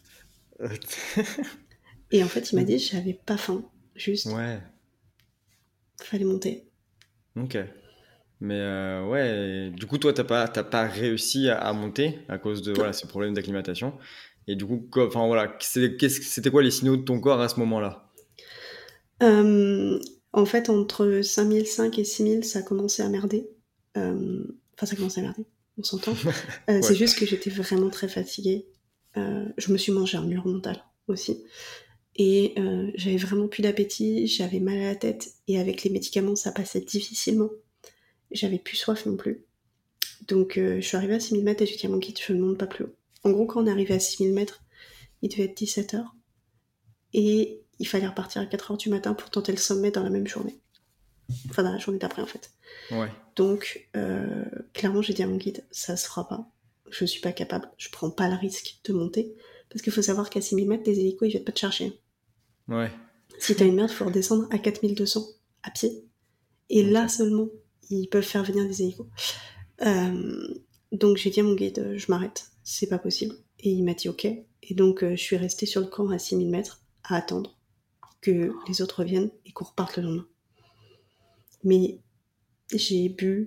Et en fait, il m'a dit, j'avais pas faim. Juste, Ouais. fallait monter. Ok. Mais euh, ouais, et du coup, toi, t'as pas, t'as pas réussi à, à monter à cause de Non. voilà, ce problème d'acclimatation. Et du coup, quoi- enfin voilà, c'est- qu'est-ce que- c'était quoi les signaux de ton corps à ce moment-là? Euh, En fait, entre cinq mille cinq et six mille, ça a commencé à merder. Euh, Enfin, ça a commencé à merder, on s'entend. Euh, Ouais. c'est juste que j'étais vraiment très fatiguée. Euh, je me suis mangé un mur mental aussi. Et euh, j'avais vraiment plus d'appétit, j'avais mal à la tête. Et avec les médicaments, ça passait difficilement. J'avais plus soif non plus. Donc euh, je suis arrivée à six mille mètres et j'ai dit à mon guide, je ne monte pas plus haut. En gros, quand on est arrivé à six mille mètres, il devait être dix-sept heures. Et il fallait repartir à quatre heures du matin pour tenter le sommet dans la même journée. Enfin, dans la journée d'après, en fait. Ouais. Donc, euh, clairement, j'ai dit à mon guide, ça se fera pas. Je suis pas capable. Je prends pas le risque de monter. Parce qu'il faut savoir qu'à six mille mètres, les hélicos, ils viennent pas te chercher. Ouais. Si t'as une merde, il faut redescendre à quatre mille deux cents à pied. Et Ok. là seulement, ils peuvent faire venir des hélicos. Euh, donc j'ai dit à mon guide, euh, je m'arrête, c'est pas possible. Et il m'a dit ok. Et donc euh, je suis restée sur le camp à six mille mètres à attendre que les autres reviennent et qu'on reparte le lendemain. Mais j'ai bu,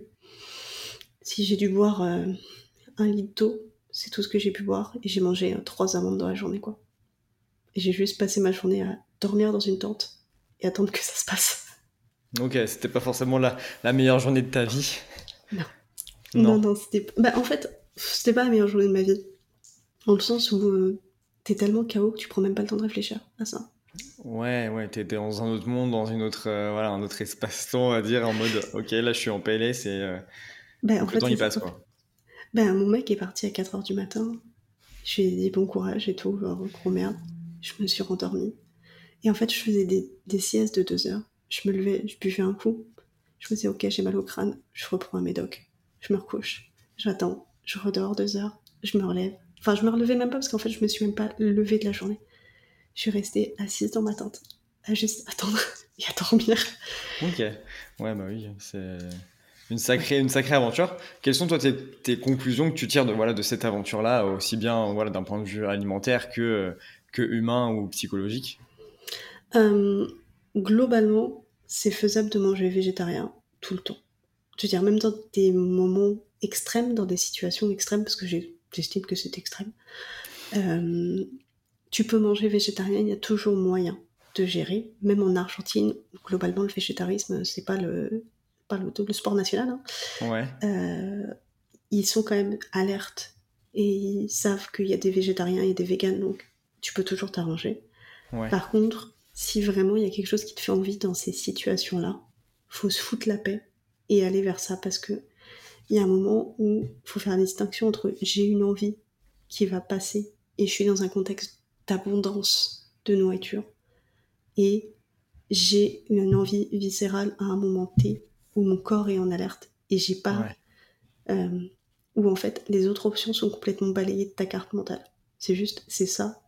si j'ai dû boire euh, un litre d'eau, c'est tout ce que j'ai pu boire. Et j'ai mangé euh, trois amandes dans la journée, quoi. Et j'ai juste passé ma journée à dormir dans une tente et attendre que ça se passe. Ok, c'était pas forcément la, la meilleure journée de ta vie. Non. Non, Non. non, c'était. Bah, en fait, c'était pas la meilleure journée de ma vie. Dans le sens où euh, t'es tellement K O que tu prends même pas le temps de réfléchir à ça. Ouais, ouais, t'étais dans un autre monde, dans une autre, euh, voilà, un autre espace-temps, à dire, en mode, ok, là, je suis en P L S et euh, Bah, faut en que le fait, temps c'est y ça. passe, quoi. Bah, mon mec est parti à quatre heures du matin. Je lui ai dit bon courage et tout, genre, gros merde. Je me suis rendormie. Et en fait, je faisais des, des siestes de deux heures. Je me levais, je buvais un coup. Je me disais, ok, j'ai mal au crâne. Je reprends un médoc. Je me recouche. J'attends. Je redors deux heures. Je me relève. Enfin, je me relevais même pas parce qu'en fait, je me suis même pas levée de la journée. Je suis restée assise dans ma tente, à juste attendre et à dormir. Ok. Ouais, bah oui, c'est une Ouais. sacrée, une sacrée aventure. Quelles sont, toi, tes, tes conclusions que tu tires de, voilà, de cette aventure-là, aussi bien, voilà, d'un point de vue alimentaire que, euh, que humain ou psychologique? Euh, Globalement, c'est faisable de manger végétarien tout le temps. Je veux dire, même dans des moments extrêmes, dans des situations extrêmes, parce que j'ai- j'estime que c'est extrême, euh, tu peux manger végétarien, il y a toujours moyen de gérer. Même en Argentine, globalement, le végétarisme, c'est pas le, parle de le sport national, hein, Ouais. euh, ils sont quand même alertes et ils savent qu'il y a des végétariens et des véganes, donc tu peux toujours t'arranger. Ouais. Par contre, si vraiment il y a quelque chose qui te fait envie dans ces situations-là, faut se foutre la paix et aller vers ça, parce que il y a un moment où il faut faire la distinction entre j'ai une envie qui va passer et je suis dans un contexte d'abondance de nourriture, et j'ai une envie viscérale à un moment T où mon corps est en alerte et j'ai pas... Ouais. Euh, où en fait les autres options sont complètement balayées de ta carte mentale. C'est juste, c'est ça.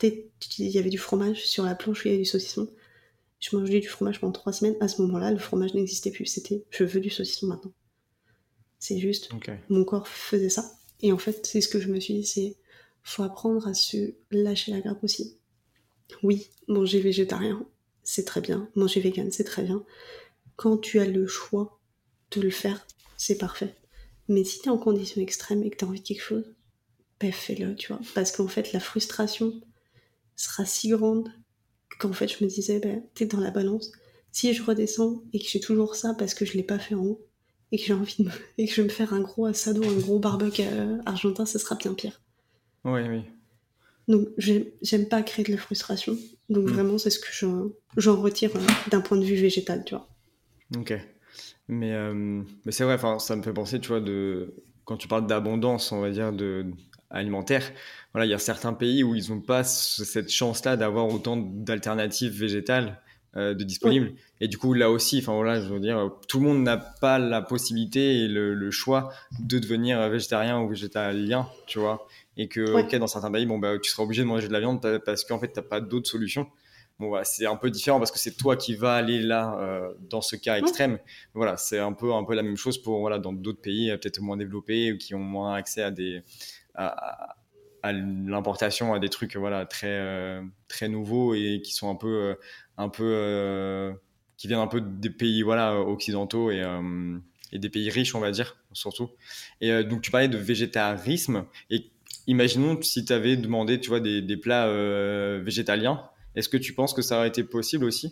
Il y avait du fromage sur la planche, il y avait du saucisson. Je mangeais du fromage pendant trois semaines. À ce moment-là, le fromage n'existait plus. C'était, je veux du saucisson maintenant. C'est juste, Ok. mon corps faisait ça. Et en fait, c'est ce que je me suis dit, c'est, faut apprendre à se lâcher la grappe aussi. Oui, manger végétarien, c'est très bien. Manger vegan, c'est très bien. Quand tu as le choix de le faire, c'est parfait. Mais si t'es en condition extrême et que t'as envie de quelque chose, ben fais-le, tu vois. Parce qu'en fait, la frustration sera si grande qu'en fait, je me disais, ben, t'es dans la balance. Si je redescends et que j'ai toujours ça parce que je l'ai pas fait en haut, et que j'ai envie de me... et que je vais me faire un gros assado, un gros barbecue euh, argentin, ça sera bien pire. Ouais, oui. Donc, j'aime, j'aime pas créer de la frustration. Donc, Hmm. vraiment, c'est ce que je, j'en retire euh, d'un point de vue végétal, tu vois. Ok. Mais, euh, mais c'est vrai, enfin, ça me fait penser, tu vois, de, quand tu parles d'abondance, on va dire, de, alimentaire, voilà, il y a certains pays où ils n'ont pas ce- cette chance-là d'avoir autant d'alternatives végétales euh, de Ouais, disponibles. Et du coup, là aussi, enfin voilà, je veux dire, tout le monde n'a pas la possibilité et le, le choix de devenir végétarien ou végétalien, tu vois. Et que, ouais, ok, dans certains pays, bon, bah, tu seras obligé de manger de la viande pa- parce qu'en fait, tu n'as pas d'autre solution. Bon, voilà, c'est un peu différent parce que c'est toi qui vas aller là euh, dans ce cas ouais. extrême. Voilà, c'est un peu, un peu la même chose pour voilà, dans d'autres pays euh, peut-être moins développés ou qui ont moins accès à des à, à l'importation à des trucs voilà très euh, très nouveaux et qui sont un peu euh, un peu euh, qui viennent un peu des pays voilà occidentaux et euh, et des pays riches on va dire surtout. Et euh, donc tu parlais de végétarisme et imaginons si tu avais demandé tu vois des, des plats euh, végétaliens, est-ce que tu penses que ça aurait été possible aussi?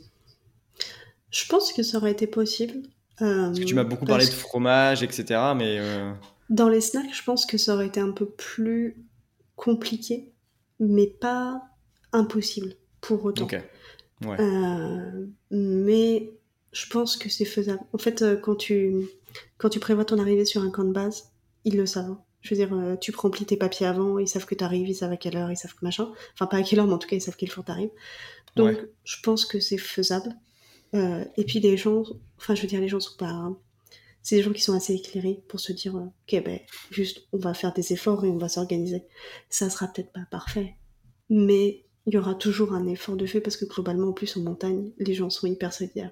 Je pense que ça aurait été possible. Parce que tu Euh, m'as beaucoup parlé parce de que fromage, et cetera. Mais euh, dans les snacks, je pense que ça aurait été un peu plus compliqué, mais pas impossible pour ok, autant. ouais, Euh, mais je pense que c'est faisable. En fait, euh, quand tu, quand tu prévois ton arrivée sur un camp de base, ils le savent. Je veux dire, euh, tu remplis tes papiers avant, ils savent que t'arrives, ils savent à quelle heure, ils savent que machin. Enfin, pas à quelle heure, mais en tout cas, ils savent quel jour t'arrives. ouais, Donc, je pense que c'est faisable. Euh, et puis, les gens, enfin, je veux dire, les gens sont pas... C'est des gens qui sont assez éclairés pour se dire, euh, ok, ben, juste, on va faire des efforts et on va s'organiser. Ça sera peut-être pas parfait, mais il y aura toujours un effort de fait parce que globalement, en plus, en montagne, les gens sont hyper solidaires.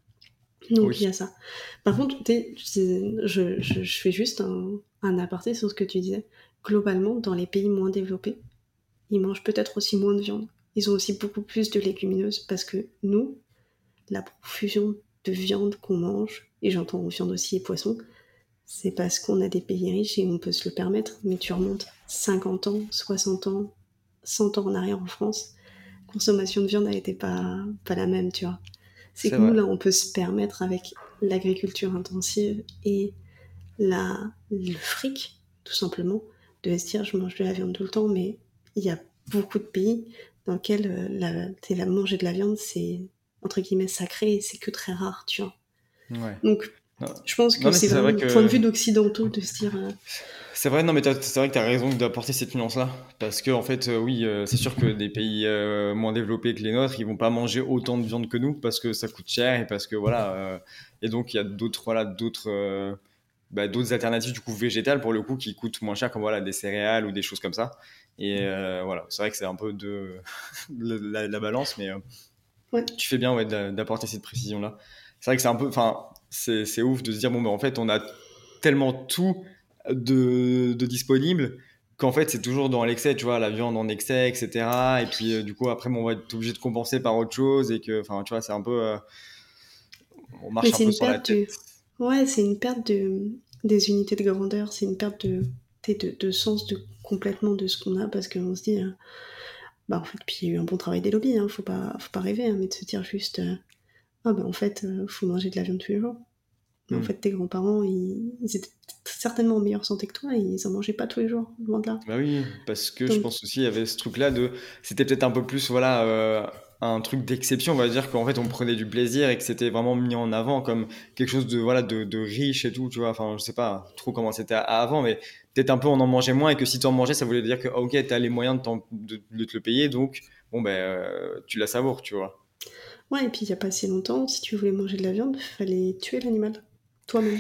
Donc, il y oui, a ça. Par contre, t'es- je, je, je fais juste un, un aparté sur ce que tu disais. Globalement, dans les pays moins développés, ils mangent peut-être aussi moins de viande. Ils ont aussi beaucoup plus de légumineuses parce que nous, la profusion de viande qu'on mange, et j'entends viande aussi et poisson, c'est parce qu'on a des pays riches et on peut se le permettre. Mais tu remontes cinquante ans, soixante ans, cent ans en arrière en France, consommation de viande n'était pas, pas la même, tu vois. C'est c'est que nous, vrai. là, on peut se permettre avec l'agriculture intensive et la, le fric, tout simplement, de se dire je mange de la viande tout le temps, mais il y a beaucoup de pays dans lesquels euh, la, la manger de la viande, c'est entre guillemets sacré et c'est que très rare, tu vois. Ouais. Donc, Non, je pense que non, mais c'est c'est vraiment vrai le point de que vue d'occidentaux de se dire euh, c'est vrai. Non, mais t'as- c'est vrai que tu as raison d'apporter cette nuance-là, parce que en fait, euh, oui, euh, c'est sûr que des pays euh, moins développés que les nôtres, ils vont pas manger autant de viande que nous parce que ça coûte cher et parce que voilà. euh, et donc il y a d'autres voilà d'autres euh, bah, d'autres alternatives du coup végétales pour le coup qui coûtent moins cher comme voilà des céréales ou des choses comme ça. Et euh, voilà, c'est vrai que c'est un peu de la, la- la balance, mais euh, ouais, tu fais bien ouais, d'a- d'apporter cette précision-là. C'est vrai que c'est un peu, enfin, c'est c'est ouf de se dire bon, ben en fait, on a tellement tout de, de disponible qu'en fait, c'est toujours dans l'excès, tu vois, la viande en excès, et cetera. Et puis, euh, du coup, après, bon, on va être obligé de compenser par autre chose et que, enfin, tu vois, c'est un peu, euh, on mais marche un c'est peu une sur la perte tête. du, ouais, c'est une perte de des unités de grandeur, c'est une perte de de, de sens de complètement de ce qu'on a parce qu'on se dit euh, bah en fait puis il y a eu un bon travail des lobbies, hein, faut pas faut pas rêver, hein, mais de se dire juste euh, ah bah en fait euh, faut manger de la viande tous les jours. Mais en Hmm. fait, tes grands-parents, ils, ils étaient certainement en meilleure santé que toi et ils en mangeaient pas tous les jours, loin de là. Bah oui, parce que je Donc, pense aussi il y avait ce truc-là de, c'était peut-être un peu plus voilà euh, un truc d'exception, on va dire qu'en fait on prenait du plaisir et que c'était vraiment mis en avant comme quelque chose de voilà de, de riche et tout, tu vois. Enfin, je sais pas trop comment c'était à- avant, mais peut-être un peu on en mangeait moins et que si tu en mangeais, ça voulait dire que ah, ok, t'as les moyens de, t'en- de, de te le payer, donc bon ben euh, tu la savoures, tu vois. ouais, et puis il y a pas si longtemps, si tu voulais manger de la viande, fallait tuer l'animal, toi-même.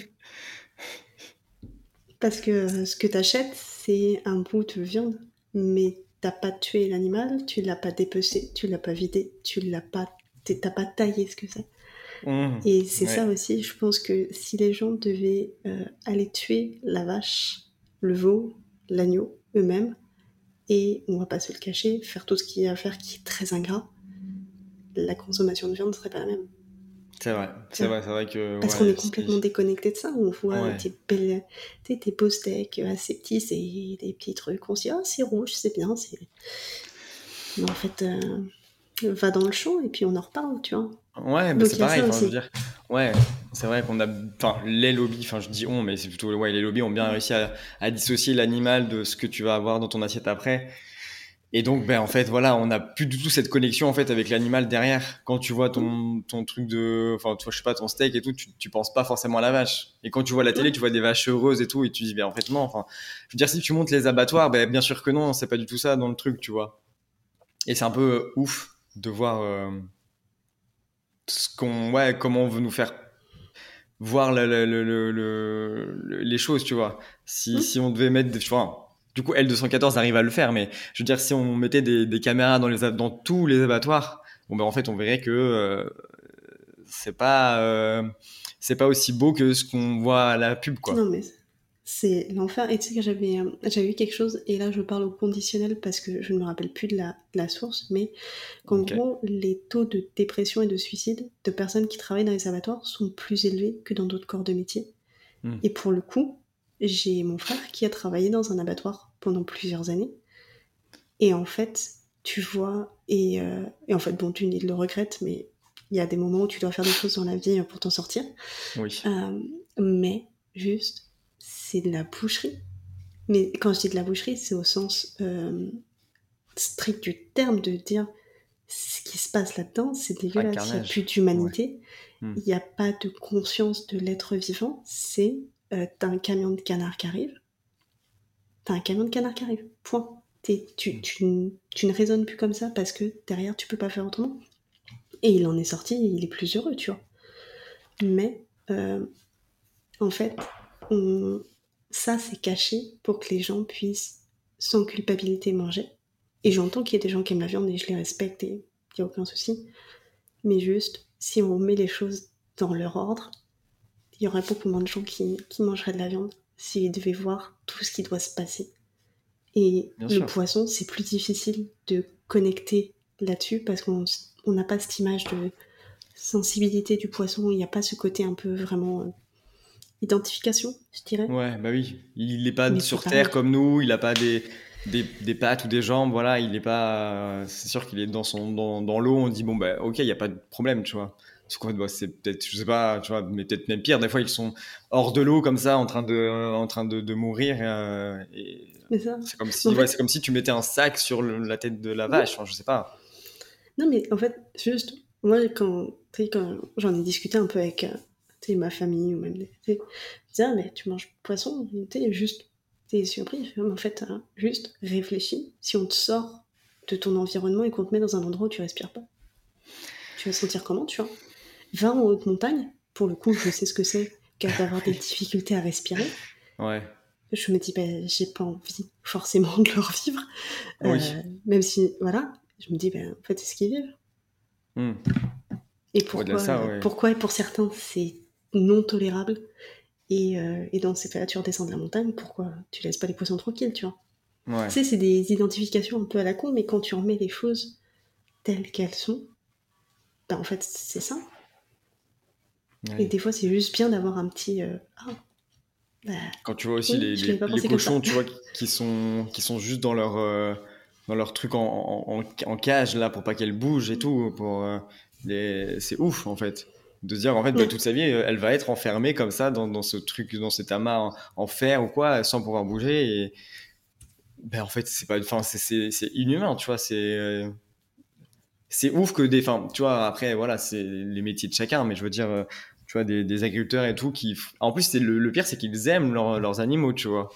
Parce que euh, ce que t'achètes, c'est un bout de viande, mais t'as pas tué l'animal, tu l'as pas dépecé, tu l'as pas vidé, tu l'as pas, t'es- t'as pas taillé ce que c'est. Mmh, Et c'est ça ouais, aussi, je pense que si les gens devaient euh, aller tuer la vache, le veau, l'agneau eux-mêmes, et on va pas se le cacher, faire tout ce qu'il y a à faire qui est très ingrat, la consommation de viande ne serait pas la même. c'est vrai, c'est vrai, c'est vrai que Parce qu'on est ouais, complètement si, déconnecté de ça. On voit ouais. tes belles, tes, tes beaux steaks assez petits, c'est des petits trucs. On se dit, ah, c'est rouge, c'est bien. C'est... Mais en fait, euh, va dans le champ et puis on en reparle, tu vois. Ouais, bah Donc c'est il y a pareil, ça enfin je veux aussi. dire, ouais, c'est vrai qu'on a, enfin les lobbies, enfin je dis on, mais c'est plutôt, ouais, les lobbies ont bien réussi à, à dissocier l'animal de ce que tu vas avoir dans ton assiette après. Et donc, ben en fait, voilà, on n'a plus du tout cette connexion en fait avec l'animal derrière. Quand tu vois Hum, ton, ton truc de, enfin, tu vois, je sais pas, ton steak et tout, tu, tu penses pas forcément à la vache. Et quand tu vois la télé, tu ouais. vois des vaches heureuses et tout, et tu dis, ben en fait non, enfin, je veux dire, si tu montes les abattoirs, ben bien sûr que non, c'est pas du tout ça dans le truc, tu vois. Et c'est un peu euh, ouf de voir euh, ce qu'on, ouais, comment on veut nous faire voir le- le- le- le- le- le- les choses, tu vois. Si, Hum. si on devait mettre des, enfin, du coup, L deux cent quatorze arrive à le faire, mais je veux dire, si on mettait des, des caméras dans, les, a- dans tous les abattoirs, bon, ben, en fait, on verrait que euh, c'est pas, euh, c'est pas aussi beau que ce qu'on voit à la pub, Non, quoi. mais c'est l'enfer. Et tu sais que j'avais, euh, j'avais vu quelque chose, et là je parle au conditionnel parce que je ne me rappelle plus de la, de la source, mais qu'en Ok. gros, les taux de dépression et de suicide de personnes qui travaillent dans les abattoirs sont plus élevés que dans d'autres corps de métier. Hmm. Et pour le coup, j'ai mon frère qui a travaillé dans un abattoir pendant plusieurs années. Et en fait, tu vois, et, euh, et en fait, bon, tu il le regrette, mais il y a des moments où tu dois faire des choses dans la vie pour t'en sortir. Oui. Euh, mais juste, c'est de la boucherie. Mais quand je dis de la boucherie, c'est au sens euh, strict du terme de dire ce qui se passe là-dedans, c'est C'est un dégueulasse. Il n'y a plus carnage. Ouais. d'humanité, Hmm. il n'y a pas de conscience de l'être vivant. C'est euh, t'as un camion de canard qui arrive, t'as un camion de canard qui arrive. Point. T'es- tu, Hmm. tu, tu ne raisonnes plus comme ça parce que derrière tu peux pas faire autrement. Et il en est sorti, il est plus heureux, tu vois. Mais euh, en fait, on- ça c'est caché pour que les gens puissent sans culpabilité manger. Et j'entends qu'il y a des gens qui aiment la viande et je les respecte et il n'y a aucun souci. Mais juste, si on met les choses dans leur ordre, il y aurait beaucoup moins de gens qui, qui mangeraient de la viande s'ils devaient voir tout ce qui doit se passer. Et Bien le sûr. poisson, c'est plus difficile de connecter là-dessus parce qu'on on n'a pas cette image de sensibilité du poisson, il n'y a pas ce côté un peu vraiment euh, identification, je dirais. Ouais, bah oui. Il est pas Mais c'est sur Terre pareil. comme nous, il a pas des, des, des pattes ou des jambes, voilà, il est pas. euh, C'est sûr qu'il est dans son dans, dans l'eau, on dit bon bah ok, il y a pas de problème, tu vois. C'est quoi, bah, c'est peut-être, je sais pas, tu vois, mais peut-être même pire. Des fois, ils sont hors de l'eau comme ça, en train de euh, en train de, de mourir, euh, et Mais ça. c'est comme Mais en si, ouais, c'est fait, comme si tu mettais un sac sur le- la tête de la ouais. vache. Enfin, je sais pas. Non, mais en fait, juste, moi, quand, tu sais, quand j'en ai discuté un peu avec euh, tu sais, ma famille ou même des. Tu sais, je disais, ah, mais tu manges poisson, tu sais, juste, t'es surpris. Je fais, mais en fait, hein, juste réfléchis. Si on te sort de ton environnement et qu'on te met dans un endroit où tu respires pas, tu vas te sentir comment, tu vois? Va en haute montagne, pour le coup, je sais ce que c'est que d'avoir des difficultés à respirer. Ouais. Je me dis, ben, j'ai pas envie forcément de le revivre. Oui. Euh, même si, voilà, je me dis, ben, en fait, c'est ce qu'ils vivent. Hmm. Et Au-delà de pourquoi, ça, euh, ouais. pourquoi pour certains, c'est non tolérable. Et, euh, et dans ces cas-là, tu redescends de la montagne, pourquoi tu laisses pas les poissons tranquilles, tu vois? Ouais. Tu sais, c'est des identifications un peu à la con, mais quand tu remets les choses telles qu'elles sont, ben, en fait, c'est ça. Et Ouais. des fois, c'est juste bien d'avoir un petit, euh, ah, bah, Quand tu vois aussi oui, les, je l'avais les, pas les pensé comme ça. cochons, tu vois, qui qui sont, qui sont juste dans leur, euh, dans leur truc en, en, en- en cage, là, pour pas qu'elles bougent et tout. Pour, euh, les... C'est ouf, en fait. de se dire en fait bah, Ouais. toute sa vie elle va être enfermée comme ça dans, dans ce truc, dans cet amas en, en fer ou quoi, sans pouvoir bouger. Et ben en fait c'est pas, enfin c'est, c'est, c'est inhumain, tu vois. C'est euh, c'est ouf que des, enfin tu vois, après voilà, c'est les métiers de chacun, mais je veux dire euh, tu vois des, des agriculteurs et tout qui, en plus c'est le, le pire c'est qu'ils aiment leur- leurs animaux, tu vois.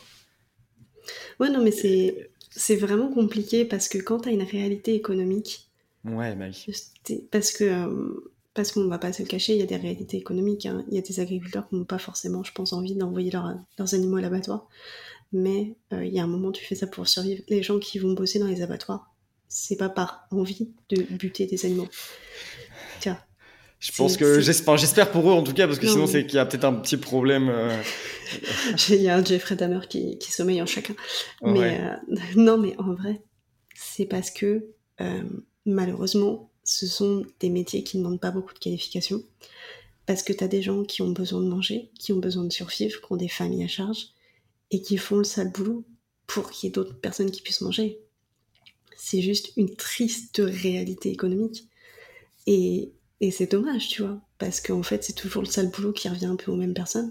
Ouais, non, mais c'est Et- c'est vraiment compliqué parce que quand tu as une réalité économique, ouais bah oui. c'est- parce que euh, parce qu'on va pas se le cacher, il y a des réalités économiques, hein. Il y a des agriculteurs qui n'ont pas forcément, je pense, envie d'envoyer leur- leurs animaux à l'abattoir. Mais euh, il y a un moment, tu fais ça pour survivre. Les gens qui vont bosser dans les abattoirs, c'est pas par envie de buter des animaux. Tiens, Je pense c'est que c'est j'espère, j'espère pour eux en tout cas, parce que non sinon mais c'est qu'il y a peut-être un petit problème. euh, il y a un Jeffrey Dahmer qui, qui sommeille en chacun. Mais Ouais, euh, non, mais en vrai, c'est parce que euh, malheureusement, ce sont des métiers qui ne demandent pas beaucoup de qualifications. Parce que tu as des gens qui ont besoin de manger, qui ont besoin de survivre, qui ont des familles à charge, et qui font le sale boulot pour qu'il y ait d'autres personnes qui puissent manger. C'est juste une triste réalité économique. Et, et c'est dommage, tu vois, parce qu'en fait, c'est toujours le sale boulot qui revient un peu aux mêmes personnes.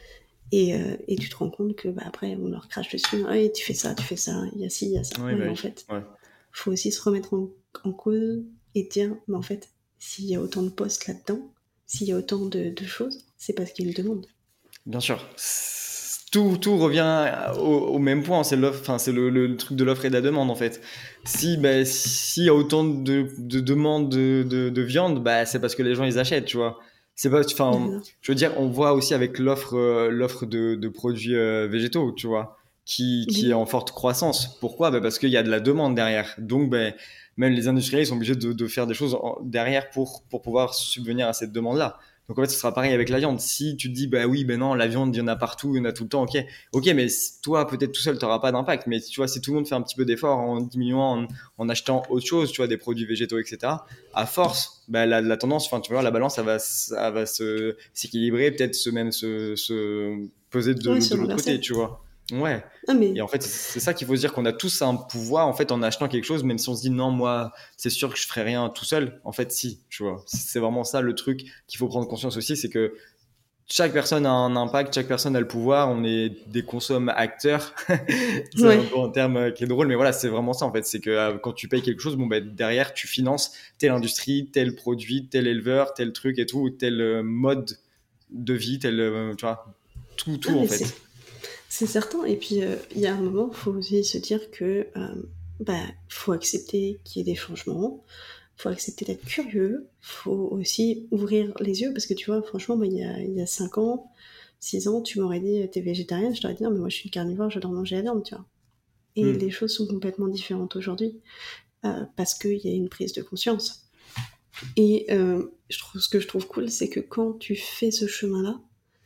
Et, euh, et tu te rends compte que bah, après, on leur crache dessus. Ah, tu fais ça, tu fais ça, il y a ci, il y a ça. oui, Ouais, bah mais en oui. fait, Ouais. faut aussi se remettre en, en cause et dire, mais en fait, s'il y a autant de postes là-dedans, s'il y a autant de, de choses, c'est parce qu'il y a une demande. Bien sûr. C'est- Tout, tout revient au, au même point, c'est l'offre, enfin, c'est le, le truc de l'offre et de la demande en fait. Si, bah, s'il y a autant de, de demandes de, de, de viande, bah, c'est parce que les gens ils achètent, tu vois. C'est pas, enfin, Voilà. je veux dire, on voit aussi avec l'offre, euh, l'offre de, de produits euh, végétaux, tu vois, qui, qui est Oui, en forte croissance. Pourquoi? Bah, parce qu'il y a de la demande derrière. Donc, bah, même les industriels ils sont obligés de, de faire des choses en- derrière pour, pour pouvoir subvenir à cette demande-là. Donc en fait, ce sera pareil avec la viande. Si tu te dis, bah oui, ben non, la viande, il y en a partout, il y en a tout le temps, ok. Ok, mais toi, peut-être tout seul, tu n'auras pas d'impact. Mais tu vois, si tout le monde fait un petit peu d'effort en diminuant, en, en achetant autre chose, tu vois, des produits végétaux, et cetera, à force, bah, la, la tendance, enfin, tu vois, la balance, ça va, ça va se, s'équilibrer, peut-être se, même se, se peser ouais, de, se de l'autre côté, renverser. tu vois. Ouais. Ah, mais Et en fait, c'est ça qu'il faut se dire qu'on a tous un pouvoir en fait en achetant quelque chose, même si on se dit non, moi, c'est sûr que je ferai rien tout seul. En fait, si, tu vois. C'est vraiment ça le truc qu'il faut prendre conscience aussi, c'est que chaque personne a un impact, chaque personne a le pouvoir. On est des consommateurs. C'est ouais. un peu un terme qui est drôle, mais voilà, c'est vraiment ça en fait. C'est que euh, quand tu payes quelque chose, bon, ben, derrière, tu finances telle industrie, tel produit, tel éleveur, tel truc et tout, tel euh, mode de vie, tel, euh, tu vois, tout, Ah, tout en mais c'est fait. c'est certain. Et puis, euh, il y a un moment, il faut aussi se dire que euh, bah, faut accepter qu'il y ait des changements, faut accepter d'être curieux, faut aussi ouvrir les yeux, parce que tu vois, franchement, moi, il y a, il y a cinq ans, six ans, tu m'aurais dit, t'es végétarienne, je t'aurais dit, non, mais moi, je suis une carnivore, j'adore manger la viande, tu vois. Et Hmm. les choses sont complètement différentes aujourd'hui, euh, parce qu'il y a une prise de conscience. Et euh, je trouve, ce que je trouve cool, c'est que quand tu fais ce chemin-là,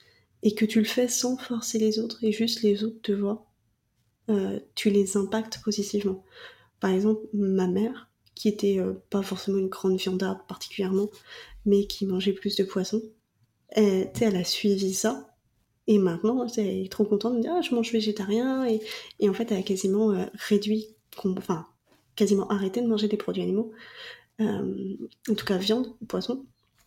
et que tu le fais sans forcer les autres, et juste les autres te voient, euh, tu les impactes positivement. Par exemple, ma mère, qui était euh, pas forcément une grande viandarde particulièrement, mais qui mangeait plus de poisson, elle, elle a suivi ça. Et maintenant, elle est trop contente de me dire ah, je mange végétarien. Et, et en fait, elle a quasiment euh, réduit, enfin, quasiment arrêté de manger des produits animaux, euh, en tout cas viande, poisson,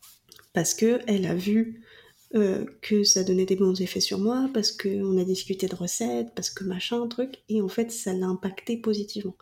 parce que elle a vu euh, que ça donnait des bons effets sur moi, parce qu'on a discuté de recettes, parce que machin, truc, et en fait, ça l'a impacté positivement.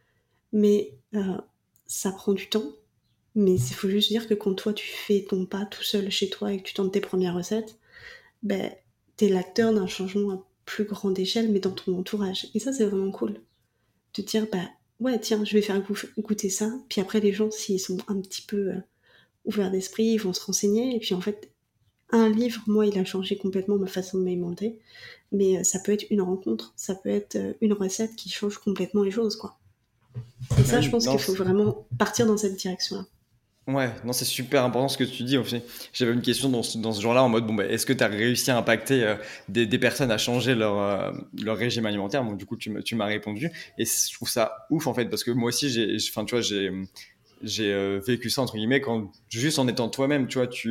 Mais euh, ça prend du temps. Mais il faut juste dire que quand toi tu fais ton pas tout seul chez toi et que tu tentes tes premières recettes, ben t'es l'acteur d'un changement à plus grande échelle, mais dans ton entourage. Et ça c'est vraiment cool. De dire bah ouais tiens je vais faire goûter ça. Puis après les gens s'ils sont un petit peu euh, ouverts d'esprit, ils vont se renseigner. Et puis en fait un livre, moi il a changé complètement ma façon de m'alimenter. Mais euh, ça peut être une rencontre, ça peut être euh, une recette qui change complètement les choses quoi. Et ça, je Oui, pense non, qu'il faut vraiment partir dans cette direction-là. ouais, non, c'est super important ce que tu dis. En fait, j'avais une question dans ce, dans ce genre-là en mode bon, bah, est-ce que tu as réussi à impacter euh, des, des personnes à changer leur, euh, leur régime alimentaire? Bon, du coup, tu m'as tu m'as répondu. Et je trouve ça ouf en fait parce que moi aussi, j'ai, enfin, tu vois, j'ai, j'ai euh, vécu ça entre guillemets quand juste en étant toi-même, tu vois, tu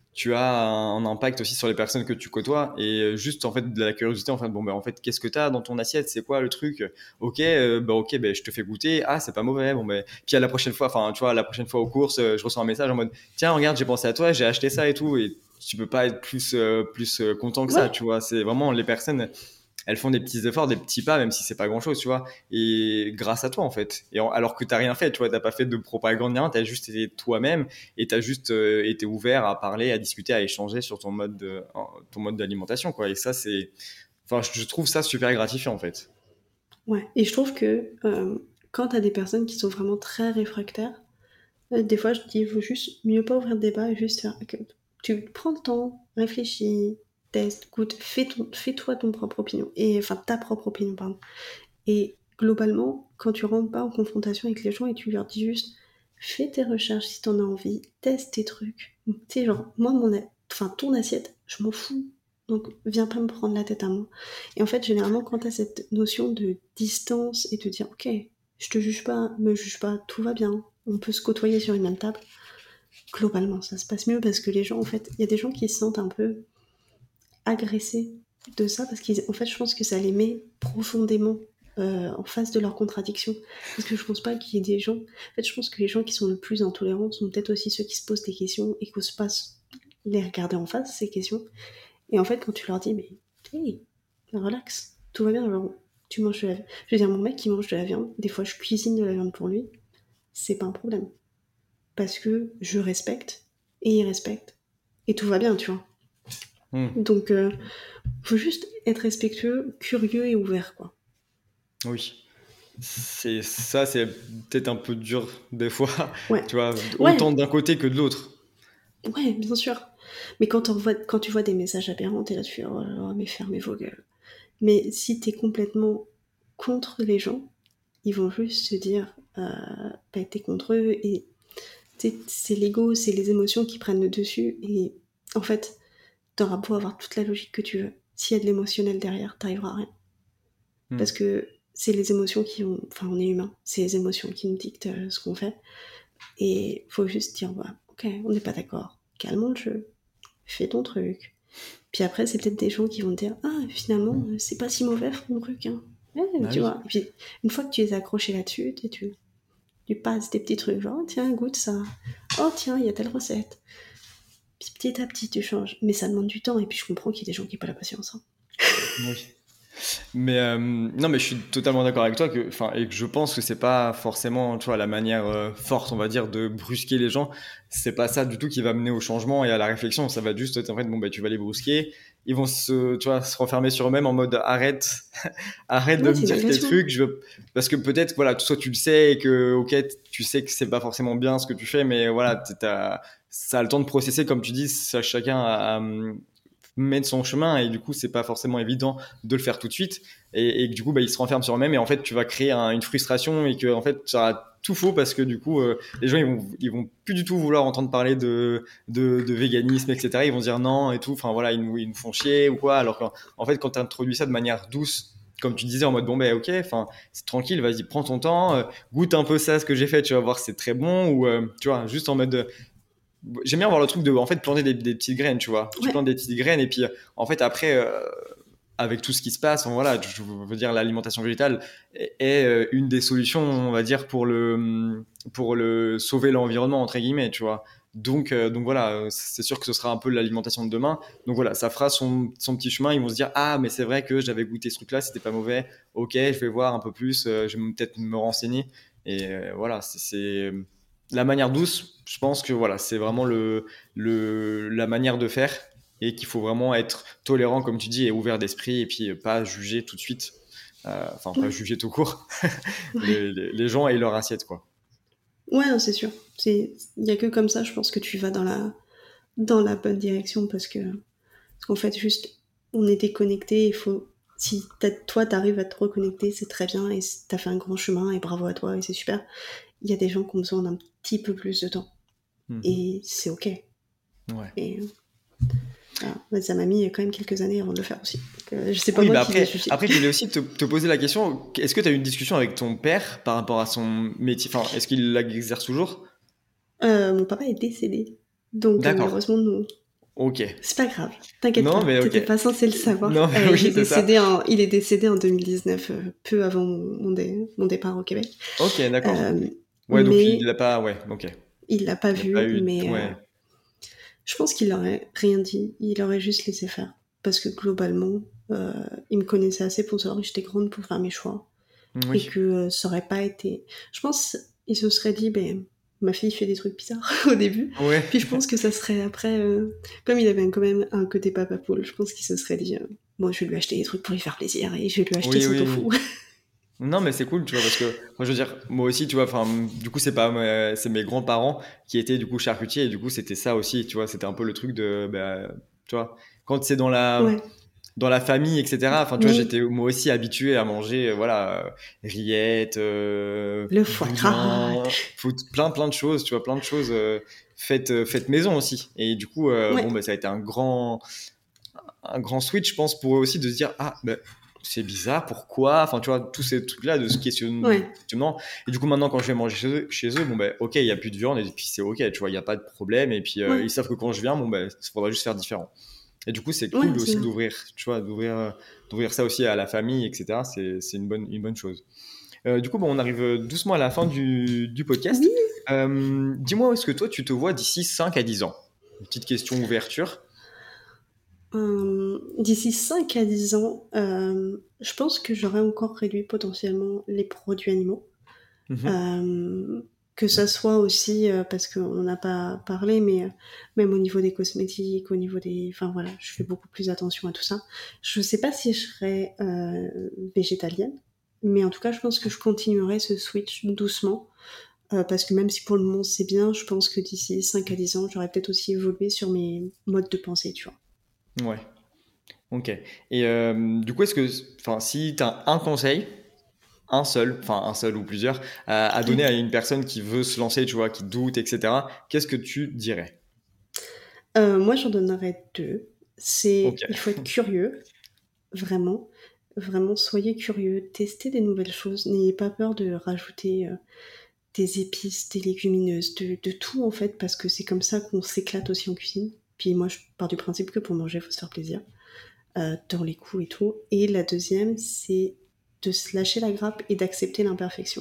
tu as un, un impact aussi sur les personnes que tu côtoies et juste en fait de la curiosité, en fait, bon, ben, en fait, qu'est-ce que tu as dans ton assiette? C'est quoi le truc? Ok, euh, bah, ok, ben, je te fais goûter. Ah, c'est pas mauvais. Bon, ben, puis à la prochaine fois, enfin, tu vois, la prochaine fois aux courses, euh, je reçois un message en mode, tiens, regarde, j'ai pensé à toi, j'ai acheté ça et tout. Et tu peux pas être plus, euh, plus euh, content que ça, Ouais, tu vois. C'est vraiment les personnes, elles font des petits efforts, des petits pas, même si c'est pas grand chose, tu vois. Et grâce à toi, en fait. Et en- alors que t'as rien fait, tu vois, t'as pas fait de propagande, rien, t'as juste été toi-même et t'as juste euh, été ouvert à parler, à discuter, à échanger sur ton mode de, ton mode d'alimentation, quoi. Et ça, c'est, enfin, je trouve ça super gratifiant, en fait. ouais. Et je trouve que euh, quand t'as des personnes qui sont vraiment très réfractaires, euh, des fois je dis, il vaut juste mieux pas ouvrir de débat et juste faire, ok, tu prends le temps, réfléchis, teste, goûte, fais ton, fais-toi ton propre opinion. Et enfin, ta propre opinion, pardon. Et globalement, quand tu rentres pas en confrontation avec les gens et tu leur dis juste, fais tes recherches si t'en as envie, teste tes trucs. Tu sais, genre, moi, mon a- enfin, ton assiette, je m'en fous. Donc, viens pas me prendre la tête à moi. Et en fait, généralement, quand t'as cette notion de distance et de dire, ok, je te juge pas, me juge pas, tout va bien, on peut se côtoyer sur une même table, globalement, ça se passe mieux parce que les gens, en fait, il y a des gens qui se sentent un peu agressés de ça parce qu'en fait, je pense que ça les met profondément euh, en face de leurs contradictions. Parce que je pense pas qu'il y ait des gens. En fait, je pense que les gens qui sont le plus intolérants sont peut-être aussi ceux qui se posent des questions et qu'osent pas les regarder en face, ces questions. Et en fait, quand tu leur dis, mais hey, relax, tout va bien, genre, tu manges de la viande. Je veux dire, mon mec qui mange de la viande, des fois je cuisine de la viande pour lui, c'est pas un problème. Parce que je respecte et il respecte. Et tout va bien, tu vois. Hmm. Donc, euh, faut juste être respectueux, curieux et ouvert, quoi. Oui. C'est ça, c'est peut-être un peu dur des fois, Ouais, tu vois, autant ouais, d'un côté que de l'autre. ouais, bien sûr. Mais quand, on voit, quand tu vois des messages aberrants, t'es là, tu fais, oh là là, mais fermez vos gueules. Mais si t'es complètement contre les gens, ils vont juste se dire, euh, bah, t'es contre eux, et c'est l'ego, c'est les émotions qui prennent le dessus, et en fait, t'auras beau avoir toute la logique que tu veux. S'il y a de l'émotionnel derrière, t'arriveras à rien. Hmm. Parce que c'est les émotions qui ont... Enfin, on est humain, c'est les émotions qui nous dictent euh, ce qu'on fait. Et faut juste dire, bah, ok, on n'est pas d'accord, calmons le jeu, fais ton truc. Puis après, c'est peut-être des gens qui vont te dire, ah, finalement, euh, c'est pas si mauvais ton truc, hein. Ouais, Bah tu oui. vois. Et puis, une fois que tu es accroché là-dessus, tu, tu, tu passes des petits trucs, genre, tiens, goûte ça. Oh, tiens, il y a telle recette. Puis petit à petit, tu changes. Mais ça demande du temps, et puis je comprends qu'il y a des gens qui n'ont pas la patience, hein. Oui. Mais euh, non, mais je suis totalement d'accord avec toi que, enfin, et que je pense que c'est pas forcément, tu vois, la manière euh, forte, on va dire, de brusquer les gens. C'est pas ça du tout qui va mener au changement et à la réflexion. Ça va juste être en fait, bon, bah, tu vas les brusquer. Ils vont se, tu vois, se renfermer sur eux-mêmes en mode arrête, arrête de Ouais, me c'est une dire tes agression. trucs. Je veux... Parce que peut-être, voilà, toi tu le sais et que, ok, tu sais que c'est pas forcément bien ce que tu fais, mais voilà, t'as, ça a le temps de processer, comme tu dis, ça, chacun a, a mène son chemin et du coup c'est pas forcément évident de le faire tout de suite et, et du coup bah, il se renferme sur eux-mêmes et en fait tu vas créer un, une frustration et que en fait tu auras tout faux parce que du coup euh, les gens ils vont, ils vont plus du tout vouloir entendre parler de, de, de véganisme etc, ils vont dire non et tout, enfin voilà ils nous, ils nous font chier ou quoi alors qu'en en fait quand tu introduis ça de manière douce comme tu disais en mode bon ben ok enfin c'est tranquille vas-y prends ton temps euh, goûte un peu ça ce que j'ai fait tu vas voir c'est très bon ou euh, tu vois juste en mode j'aime bien voir le truc de en fait planter des, des petites graines tu vois tu Ouais, plantes des petites graines et puis en fait après euh, avec tout ce qui se passe voilà je veux dire l'alimentation végétale est, est euh, une des solutions on va dire pour le pour le sauver l'environnement entre guillemets tu vois donc euh, donc voilà c'est sûr que ce sera un peu l'alimentation de demain donc voilà ça fera son, son petit chemin ils vont se dire ah mais c'est vrai que j'avais goûté ce truc là c'était pas mauvais ok je vais voir un peu plus euh, je vais peut-être me renseigner et euh, voilà c'est, c'est la manière douce, je pense que voilà, c'est vraiment le, le, la manière de faire et qu'il faut vraiment être tolérant, comme tu dis, et ouvert d'esprit et puis pas juger tout de suite, euh, enfin pas ouais, juger tout court, ouais. les, les, les gens et leur assiette, quoi. Ouais, non, c'est sûr. Il n'y a que comme ça, je pense que tu vas dans la, dans la bonne direction parce que, parce qu'en fait, juste, on est déconnecté. Il faut, si t'as- toi, t'arrives à te reconnecter, c'est très bien et t'as fait un grand chemin et bravo à toi et c'est super. Il y a des gens qui ont besoin d'un petit peu plus de temps Mhm. et c'est ok. Ouais. Et voilà. Bah, ça m'a mis quand même quelques années avant de le faire aussi. Donc, euh, je sais pas Oui, moi bah qui vais après, juger. après, je voulais aussi te, te poser la question, est-ce que tu as eu une discussion avec ton père par rapport à son métier, enfin, est-ce qu'il l'exerce toujours? Euh, mon papa est décédé, donc euh, D'accord. malheureusement non. Ok. C'est pas grave, t'inquiète Non, pas, mais t'étais ok. pas censé le savoir. Non, Euh, mais il oui, est c'est ça. décédé en, il est décédé en deux mille dix-neuf, euh, peu avant mon, mon dé- mon départ au Québec. Ok, d'accord. Euh, Ouais, donc il mais l'a pas. Ouais, ok. il l'a pas Il n'a pas vu, eu. mais euh, Ouais. je pense qu'il aurait rien dit, il aurait juste laissé faire. Parce que globalement, euh, il me connaissait assez pour savoir que j'étais grande pour faire mes choix. Et Oui. que euh, ça aurait pas été... Je pense il se serait dit, ben, ma fille fait des trucs bizarres au début. Ouais. Puis je pense que ça serait après... euh, Comme il avait un- quand même un côté papa poule, je pense qu'il se serait dit, euh, bon, je vais lui acheter des trucs pour lui faire plaisir et je vais lui acheter Oui, son oui, tofu. oui. Non, mais c'est cool, tu vois, parce que moi, je veux dire, moi aussi, tu vois, enfin, du coup, c'est pas, euh, c'est mes grands-parents qui étaient du coup charcutiers, et du coup, c'était ça aussi, tu vois, c'était un peu le truc de, bah, tu vois, quand c'est dans la, Ouais, dans la famille, et cetera. Enfin, tu vois, oui, j'étais moi aussi habitué à manger, euh, voilà, euh, rillettes, euh, le foie gras. boudin, faut- plein, plein de choses, tu vois, plein de choses euh, faites, euh, faites maison aussi. Et du coup, euh, Ouais, bon, bah, ça a été un grand, un grand switch, je pense, pour eux aussi de se dire, ah, bah, c'est bizarre, pourquoi? Enfin, tu vois, tous ces trucs-là, de ce questionnement. ouais, Et du coup, maintenant, quand je vais manger chez eux, chez eux bon, ben, ok, il n'y a plus de viande, et puis c'est ok, tu vois, il n'y a pas de problème. Et puis, euh, ouais, ils savent que quand je viens, bon, ben, il faudra juste faire différent. Et du coup, c'est ouais, cool c'est aussi ça. d'ouvrir, tu vois, d'ouvrir, euh, d'ouvrir ça aussi à la famille, et cetera. C'est, c'est une bonne, une bonne chose. Euh, du coup, bon, on arrive doucement à la fin du, du Oui, podcast. Euh, dis-moi, où est-ce que toi, tu te vois d'ici cinq à dix ans? Une petite question ouverture. euh, d'ici cinq à dix ans, euh, je pense que j'aurais encore réduit potentiellement les produits animaux. Mhm. Euh, que ça soit aussi, euh, parce qu'on n'en a pas parlé, mais euh, même au niveau des cosmétiques, au niveau des... Enfin voilà, je fais beaucoup plus attention à tout ça. Je sais pas si je serais euh, végétalienne, mais en tout cas, je pense que je continuerai ce switch doucement, euh, parce que même si pour le moment c'est bien, je pense que d'ici cinq à dix ans, j'aurais peut-être aussi évolué sur mes modes de pensée, tu vois. Ouais, ok. Et euh, du coup, est-ce que, enfin, si tu as un conseil, un seul, enfin un seul ou plusieurs, à, à donner à une personne qui veut se lancer, tu vois, qui doute, et cetera, qu'est-ce que tu dirais? Euh, moi, j'en donnerais deux. Ok. C'est, il faut être curieux. Vraiment, vraiment, soyez curieux, testez des nouvelles choses, n'ayez pas peur de rajouter euh, des épices, des légumineuses, de, de tout en fait, parce que c'est comme ça qu'on s'éclate aussi en cuisine. Puis moi, je pars du principe que pour manger, il faut se faire plaisir, euh, dans les coups et tout. Et la deuxième, c'est de se lâcher la grappe et d'accepter l'imperfection.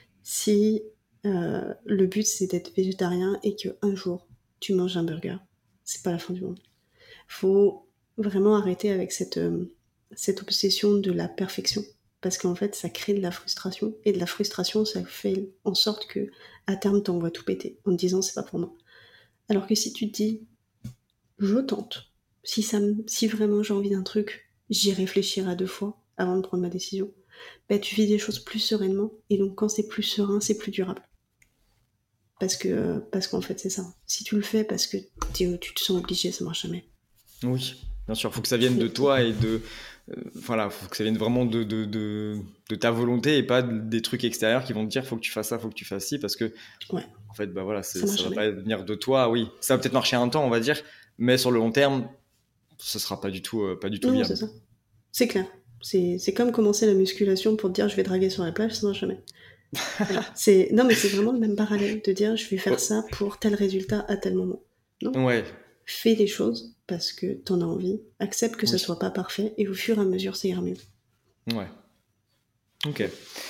Si euh, le but c'est d'être végétarien et que un jour tu manges un burger, c'est pas la fin du monde. Faut vraiment arrêter avec cette, euh, cette obsession de la perfection. Parce qu'en fait, ça crée de la frustration. Et de la frustration, ça fait en sorte que, à terme, t'envoies tout péter en te disant c'est pas pour moi. Alors que si tu te dis, je tente, si, ça me- si vraiment j'ai envie d'un truc, j'y réfléchirai à deux fois avant de prendre ma décision. Ben, tu vis des choses plus sereinement. Et donc, quand c'est plus serein, c'est plus durable. Parce que, parce qu'en fait, c'est ça. Si tu le fais parce que t'es- tu te sens obligé, ça marche jamais. Oui, bien sûr, faut que ça vienne de Faut- toi et de, euh, voilà, faut que ça vienne vraiment de, de, de, de ta volonté et pas de- des trucs extérieurs qui vont te dire faut que tu fasses ça, faut que tu fasses ci, parce que Ouais, en fait, bah voilà, c'est, ça marche ça va jamais. pas venir de toi, oui, ça va peut-être marcher un temps, on va dire, mais sur le long terme, ce sera pas du tout, euh, pas du tout Non, c'est viable. ça. C'est clair. C'est, c'est comme commencer la musculation pour te dire je vais draguer sur la plage, ça marche jamais. Voilà. C'est, non, mais c'est vraiment le même parallèle de dire je vais faire Oh, ça pour tel résultat à tel moment. Non. ouais, Fais les choses parce que t'en as envie, accepte que ça oui, soit pas parfait et au fur et à mesure ça ira mieux. ouais, ok.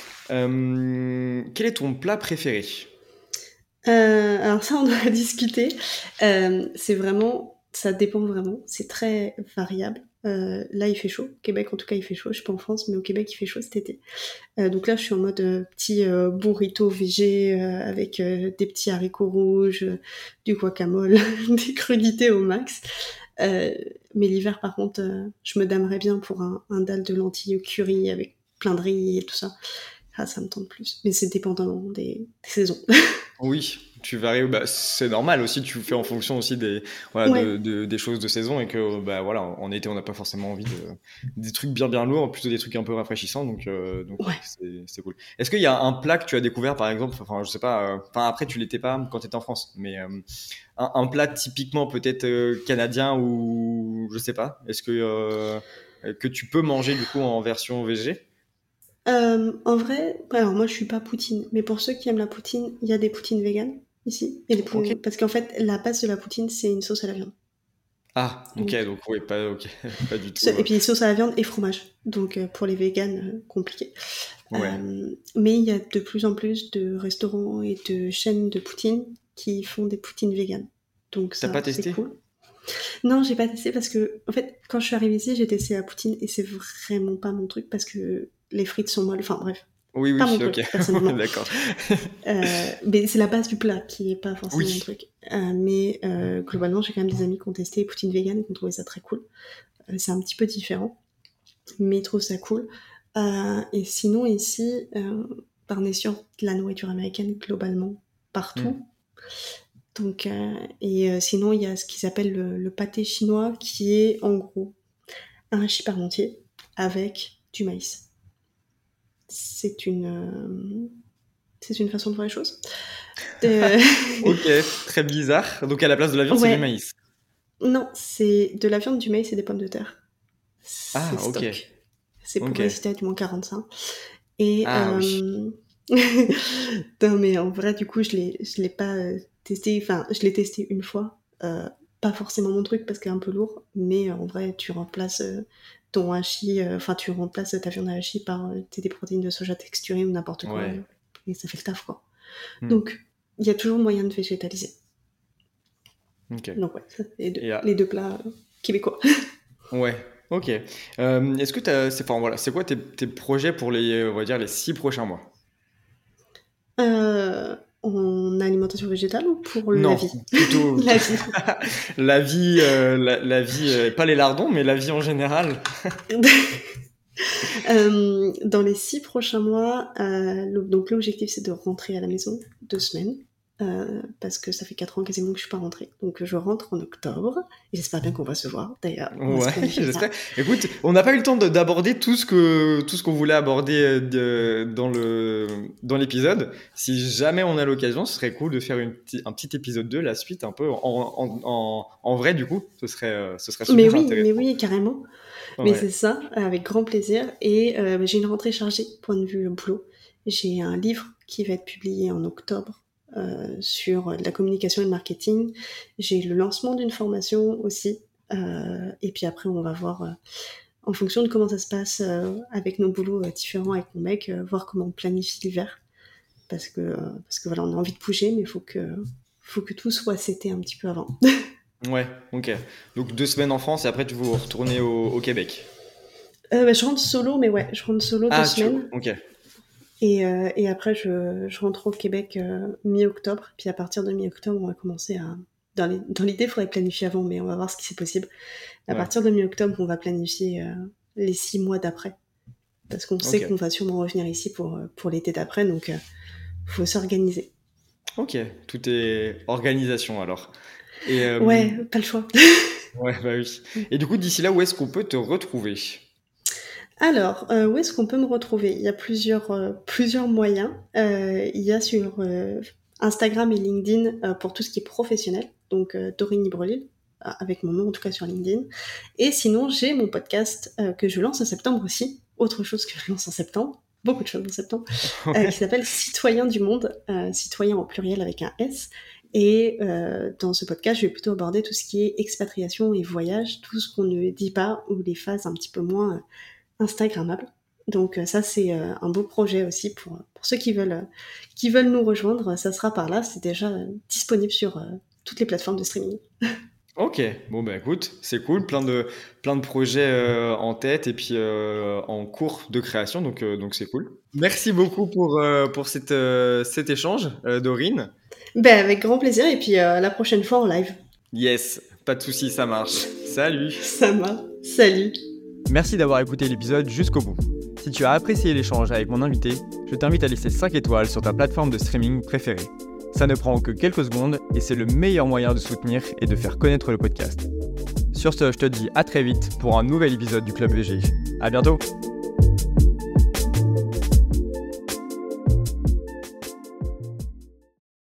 Euh, quel est ton plat préféré? Euh, alors ça, on en a discuté. Euh, c'est vraiment, ça dépend vraiment. C'est très variable. Euh, là, il fait chaud. Au Québec, en tout cas, il fait chaud. Je suis pas en France, mais au Québec, il fait chaud cet été. Euh, donc là, je suis en mode euh, petit euh, burrito végé euh, avec euh, des petits haricots rouges, euh, du guacamole, des crudités au max. Euh, mais l'hiver, par contre, euh, je me damerais bien pour un, un dalle de lentilles au curry avec plein de riz et tout ça. Ah, ça me tente plus. Mais c'est dépendant des, des saisons. Oui, tu varies, bah, c'est normal aussi, tu fais en fonction aussi des, voilà, de, Ouais, de- des choses de saison et que bah, voilà, en été on n'a pas forcément envie de des trucs bien bien lourds, plutôt des trucs un peu rafraîchissants, donc, euh, donc ouais, ouais. c'est c'est cool. Est-ce qu'il y a un plat que tu as découvert par exemple, enfin je sais pas, euh, enfin après tu l'étais pas quand tu étais en France, mais euh, un, un plat typiquement peut-être euh, canadien ou je sais pas, est-ce que, euh, que tu peux manger du coup en version végé? Euh, en vrai, alors moi je suis pas poutine, mais pour ceux qui aiment la poutine, il y a des poutines véganes ici. Et des Ok, pou- Parce qu'en fait, la base de la poutine, c'est une sauce à la viande. Ah, ok, Donc, donc oui, pas, ok, pas du tout. ce- et euh, puis sauce à la viande et fromage. Donc euh, pour les véganes, euh, compliqué. Ouais. Euh, mais il y a de plus en plus de restaurants et de chaînes de poutine qui font des poutines véganes. Donc T'as pas ça, c'est testé? cool. Non, j'ai pas testé parce que, en fait, quand je suis arrivée ici, j'ai testé la poutine et c'est vraiment pas mon truc parce que les frites sont molles. Enfin bref, Oui, pas mon oui, ok, truc, personnellement. d'accord. Euh, mais c'est la base du plat qui est pas forcément mon Oui. truc. Euh, mais euh, globalement, j'ai quand même des amis qui ont testé poutine vegan et qui ont trouvé ça très cool. Euh, c'est un petit peu différent, mais ils trouvent ça cool. Euh, et sinon, ici, euh, on est sur de la nourriture américaine globalement Hmm. partout. Donc, euh, et euh, sinon, il y a ce qu'ils appellent le, le pâté chinois qui est en gros un hachis parmentier avec du maïs. C'est une, euh, c'est une façon de voir les choses. Euh, Ok, très bizarre. Donc à la place de la viande, c'est du ouais, maïs. non, c'est de la viande, du maïs et des pommes de terre. C'est Ah, ok, stock. C'est pour ok. résister à du moins quarante-cinq. Et Ah oui. euh... non, mais en vrai, du coup, je l'ai, je l'ai pas euh, testé. Enfin, je l'ai testé une fois. Euh, pas forcément mon truc parce qu'il est un peu lourd, mais euh, en vrai, tu remplaces euh, ton hachis, euh, enfin, tu remplaces ta viande à hachis par euh, des protéines de soja texturées ou n'importe quoi, Ouais. euh, et ça fait le taf, quoi. Hmm. Donc, il y a toujours moyen de végétaliser. Ok. Donc, ouais, ça, c'est les deux, Et ah, les deux plats euh, québécois. ouais. Ok. Euh, est-ce que t'as, c'est, enfin voilà, c'est quoi tes, tes projets pour les, euh, on va dire les six prochains mois? Euh, en alimentation végétale ou pour la Non, vie? plutôt La vie. la vie, euh, la, la vie, euh, pas les lardons, mais la vie en général. Euh, dans les six prochains mois, euh, le- donc l'objectif c'est de rentrer à la maison deux semaines. Euh, parce que ça fait quatre ans quasiment que je suis pas rentrée. Donc je rentre en octobre. Et j'espère bien qu'on va se voir. D'ailleurs, on va se Ouais, planifier ça. j'espère. Écoute, on n'a pas eu le temps de- d'aborder tout ce que tout ce qu'on voulait aborder euh, de- dans le dans l'épisode. Si jamais on a l'occasion, ce serait cool de faire une petit- un petit épisode deux, la suite un peu en, en, en, en vrai du coup. Ce serait euh, ce serait Mais super oui, mais intéressant. oui, carrément. Mais Ouais, c'est ça, avec grand plaisir. Et euh, bah, j'ai une rentrée chargée, point de vue boulot. J'ai un livre qui va être publié en octobre euh, sur la communication et le marketing. J'ai le lancement d'une formation aussi. Euh, et puis après, on va voir, euh, en fonction de comment ça se passe euh, avec nos boulots euh, différents avec mon mec, euh, voir comment on planifie l'hiver. Parce que, euh, parce que voilà, on a envie de bouger, mais il faut que, faut que tout soit seté un petit peu avant. ouais, ok. Donc deux semaines en France et après tu vous retournez au, au Québec. Euh, bah, je rentre solo, mais ouais, je rentre solo deux Ah, tu, semaines. ok, Et, euh, et après, je, je rentre au Québec euh, mi-octobre. Puis à partir de mi-octobre, on va commencer à... Dans les- dans l'idée, il faudrait planifier avant, mais on va voir ce qui c'est possible. À ouais, partir de mi-octobre, on va planifier euh, les six mois d'après. Parce qu'on sait qu'on ok, va sûrement revenir ici pour, euh, pour l'été d'après, donc il euh, faut s'organiser. ok. Tout est organisation alors. Et euh, Ouais, pas le choix. ouais, bah oui. Et du coup, d'ici là, où est-ce qu'on peut te retrouver? Alors, euh, où est-ce qu'on peut me retrouver? Il y a plusieurs, euh, plusieurs moyens. Euh, il y a sur euh, Instagram et LinkedIn euh, pour tout ce qui est professionnel, donc euh, Dorine Ibrelil, euh, avec mon nom en tout cas sur LinkedIn. Et sinon, j'ai mon podcast euh, que je lance en septembre aussi, autre chose que je lance en septembre, beaucoup de choses en septembre, euh, qui Ouais. s'appelle Citoyen du Monde, euh, citoyen au pluriel avec un S. Et euh, dans ce podcast, je vais plutôt aborder tout ce qui est expatriation et voyage, tout ce qu'on ne dit pas, ou les phases un petit peu moins... euh, Instagrammable. Donc euh, ça c'est euh, un beau projet aussi pour, pour ceux qui veulent, euh, qui veulent nous rejoindre, ça sera par là, c'est déjà euh, disponible sur euh, toutes les plateformes de streaming. Ok, bon bah écoute, c'est cool, plein de, plein de projets euh, en tête et puis euh, en cours de création, donc euh, donc c'est cool. Merci beaucoup pour, euh, pour cette, euh, cet échange, euh, Dorine. Ben avec grand plaisir et puis euh, la prochaine fois en live. Yes, pas de souci, ça marche. Salut! Ça marche. Salut. Merci d'avoir écouté l'épisode jusqu'au bout. Si tu as apprécié l'échange avec mon invité, je t'invite à laisser cinq étoiles sur ta plateforme de streaming préférée. Ça ne prend que quelques secondes et c'est le meilleur moyen de soutenir et de faire connaître le podcast. Sur ce, je te dis à très vite pour un nouvel épisode du Club V G. À bientôt!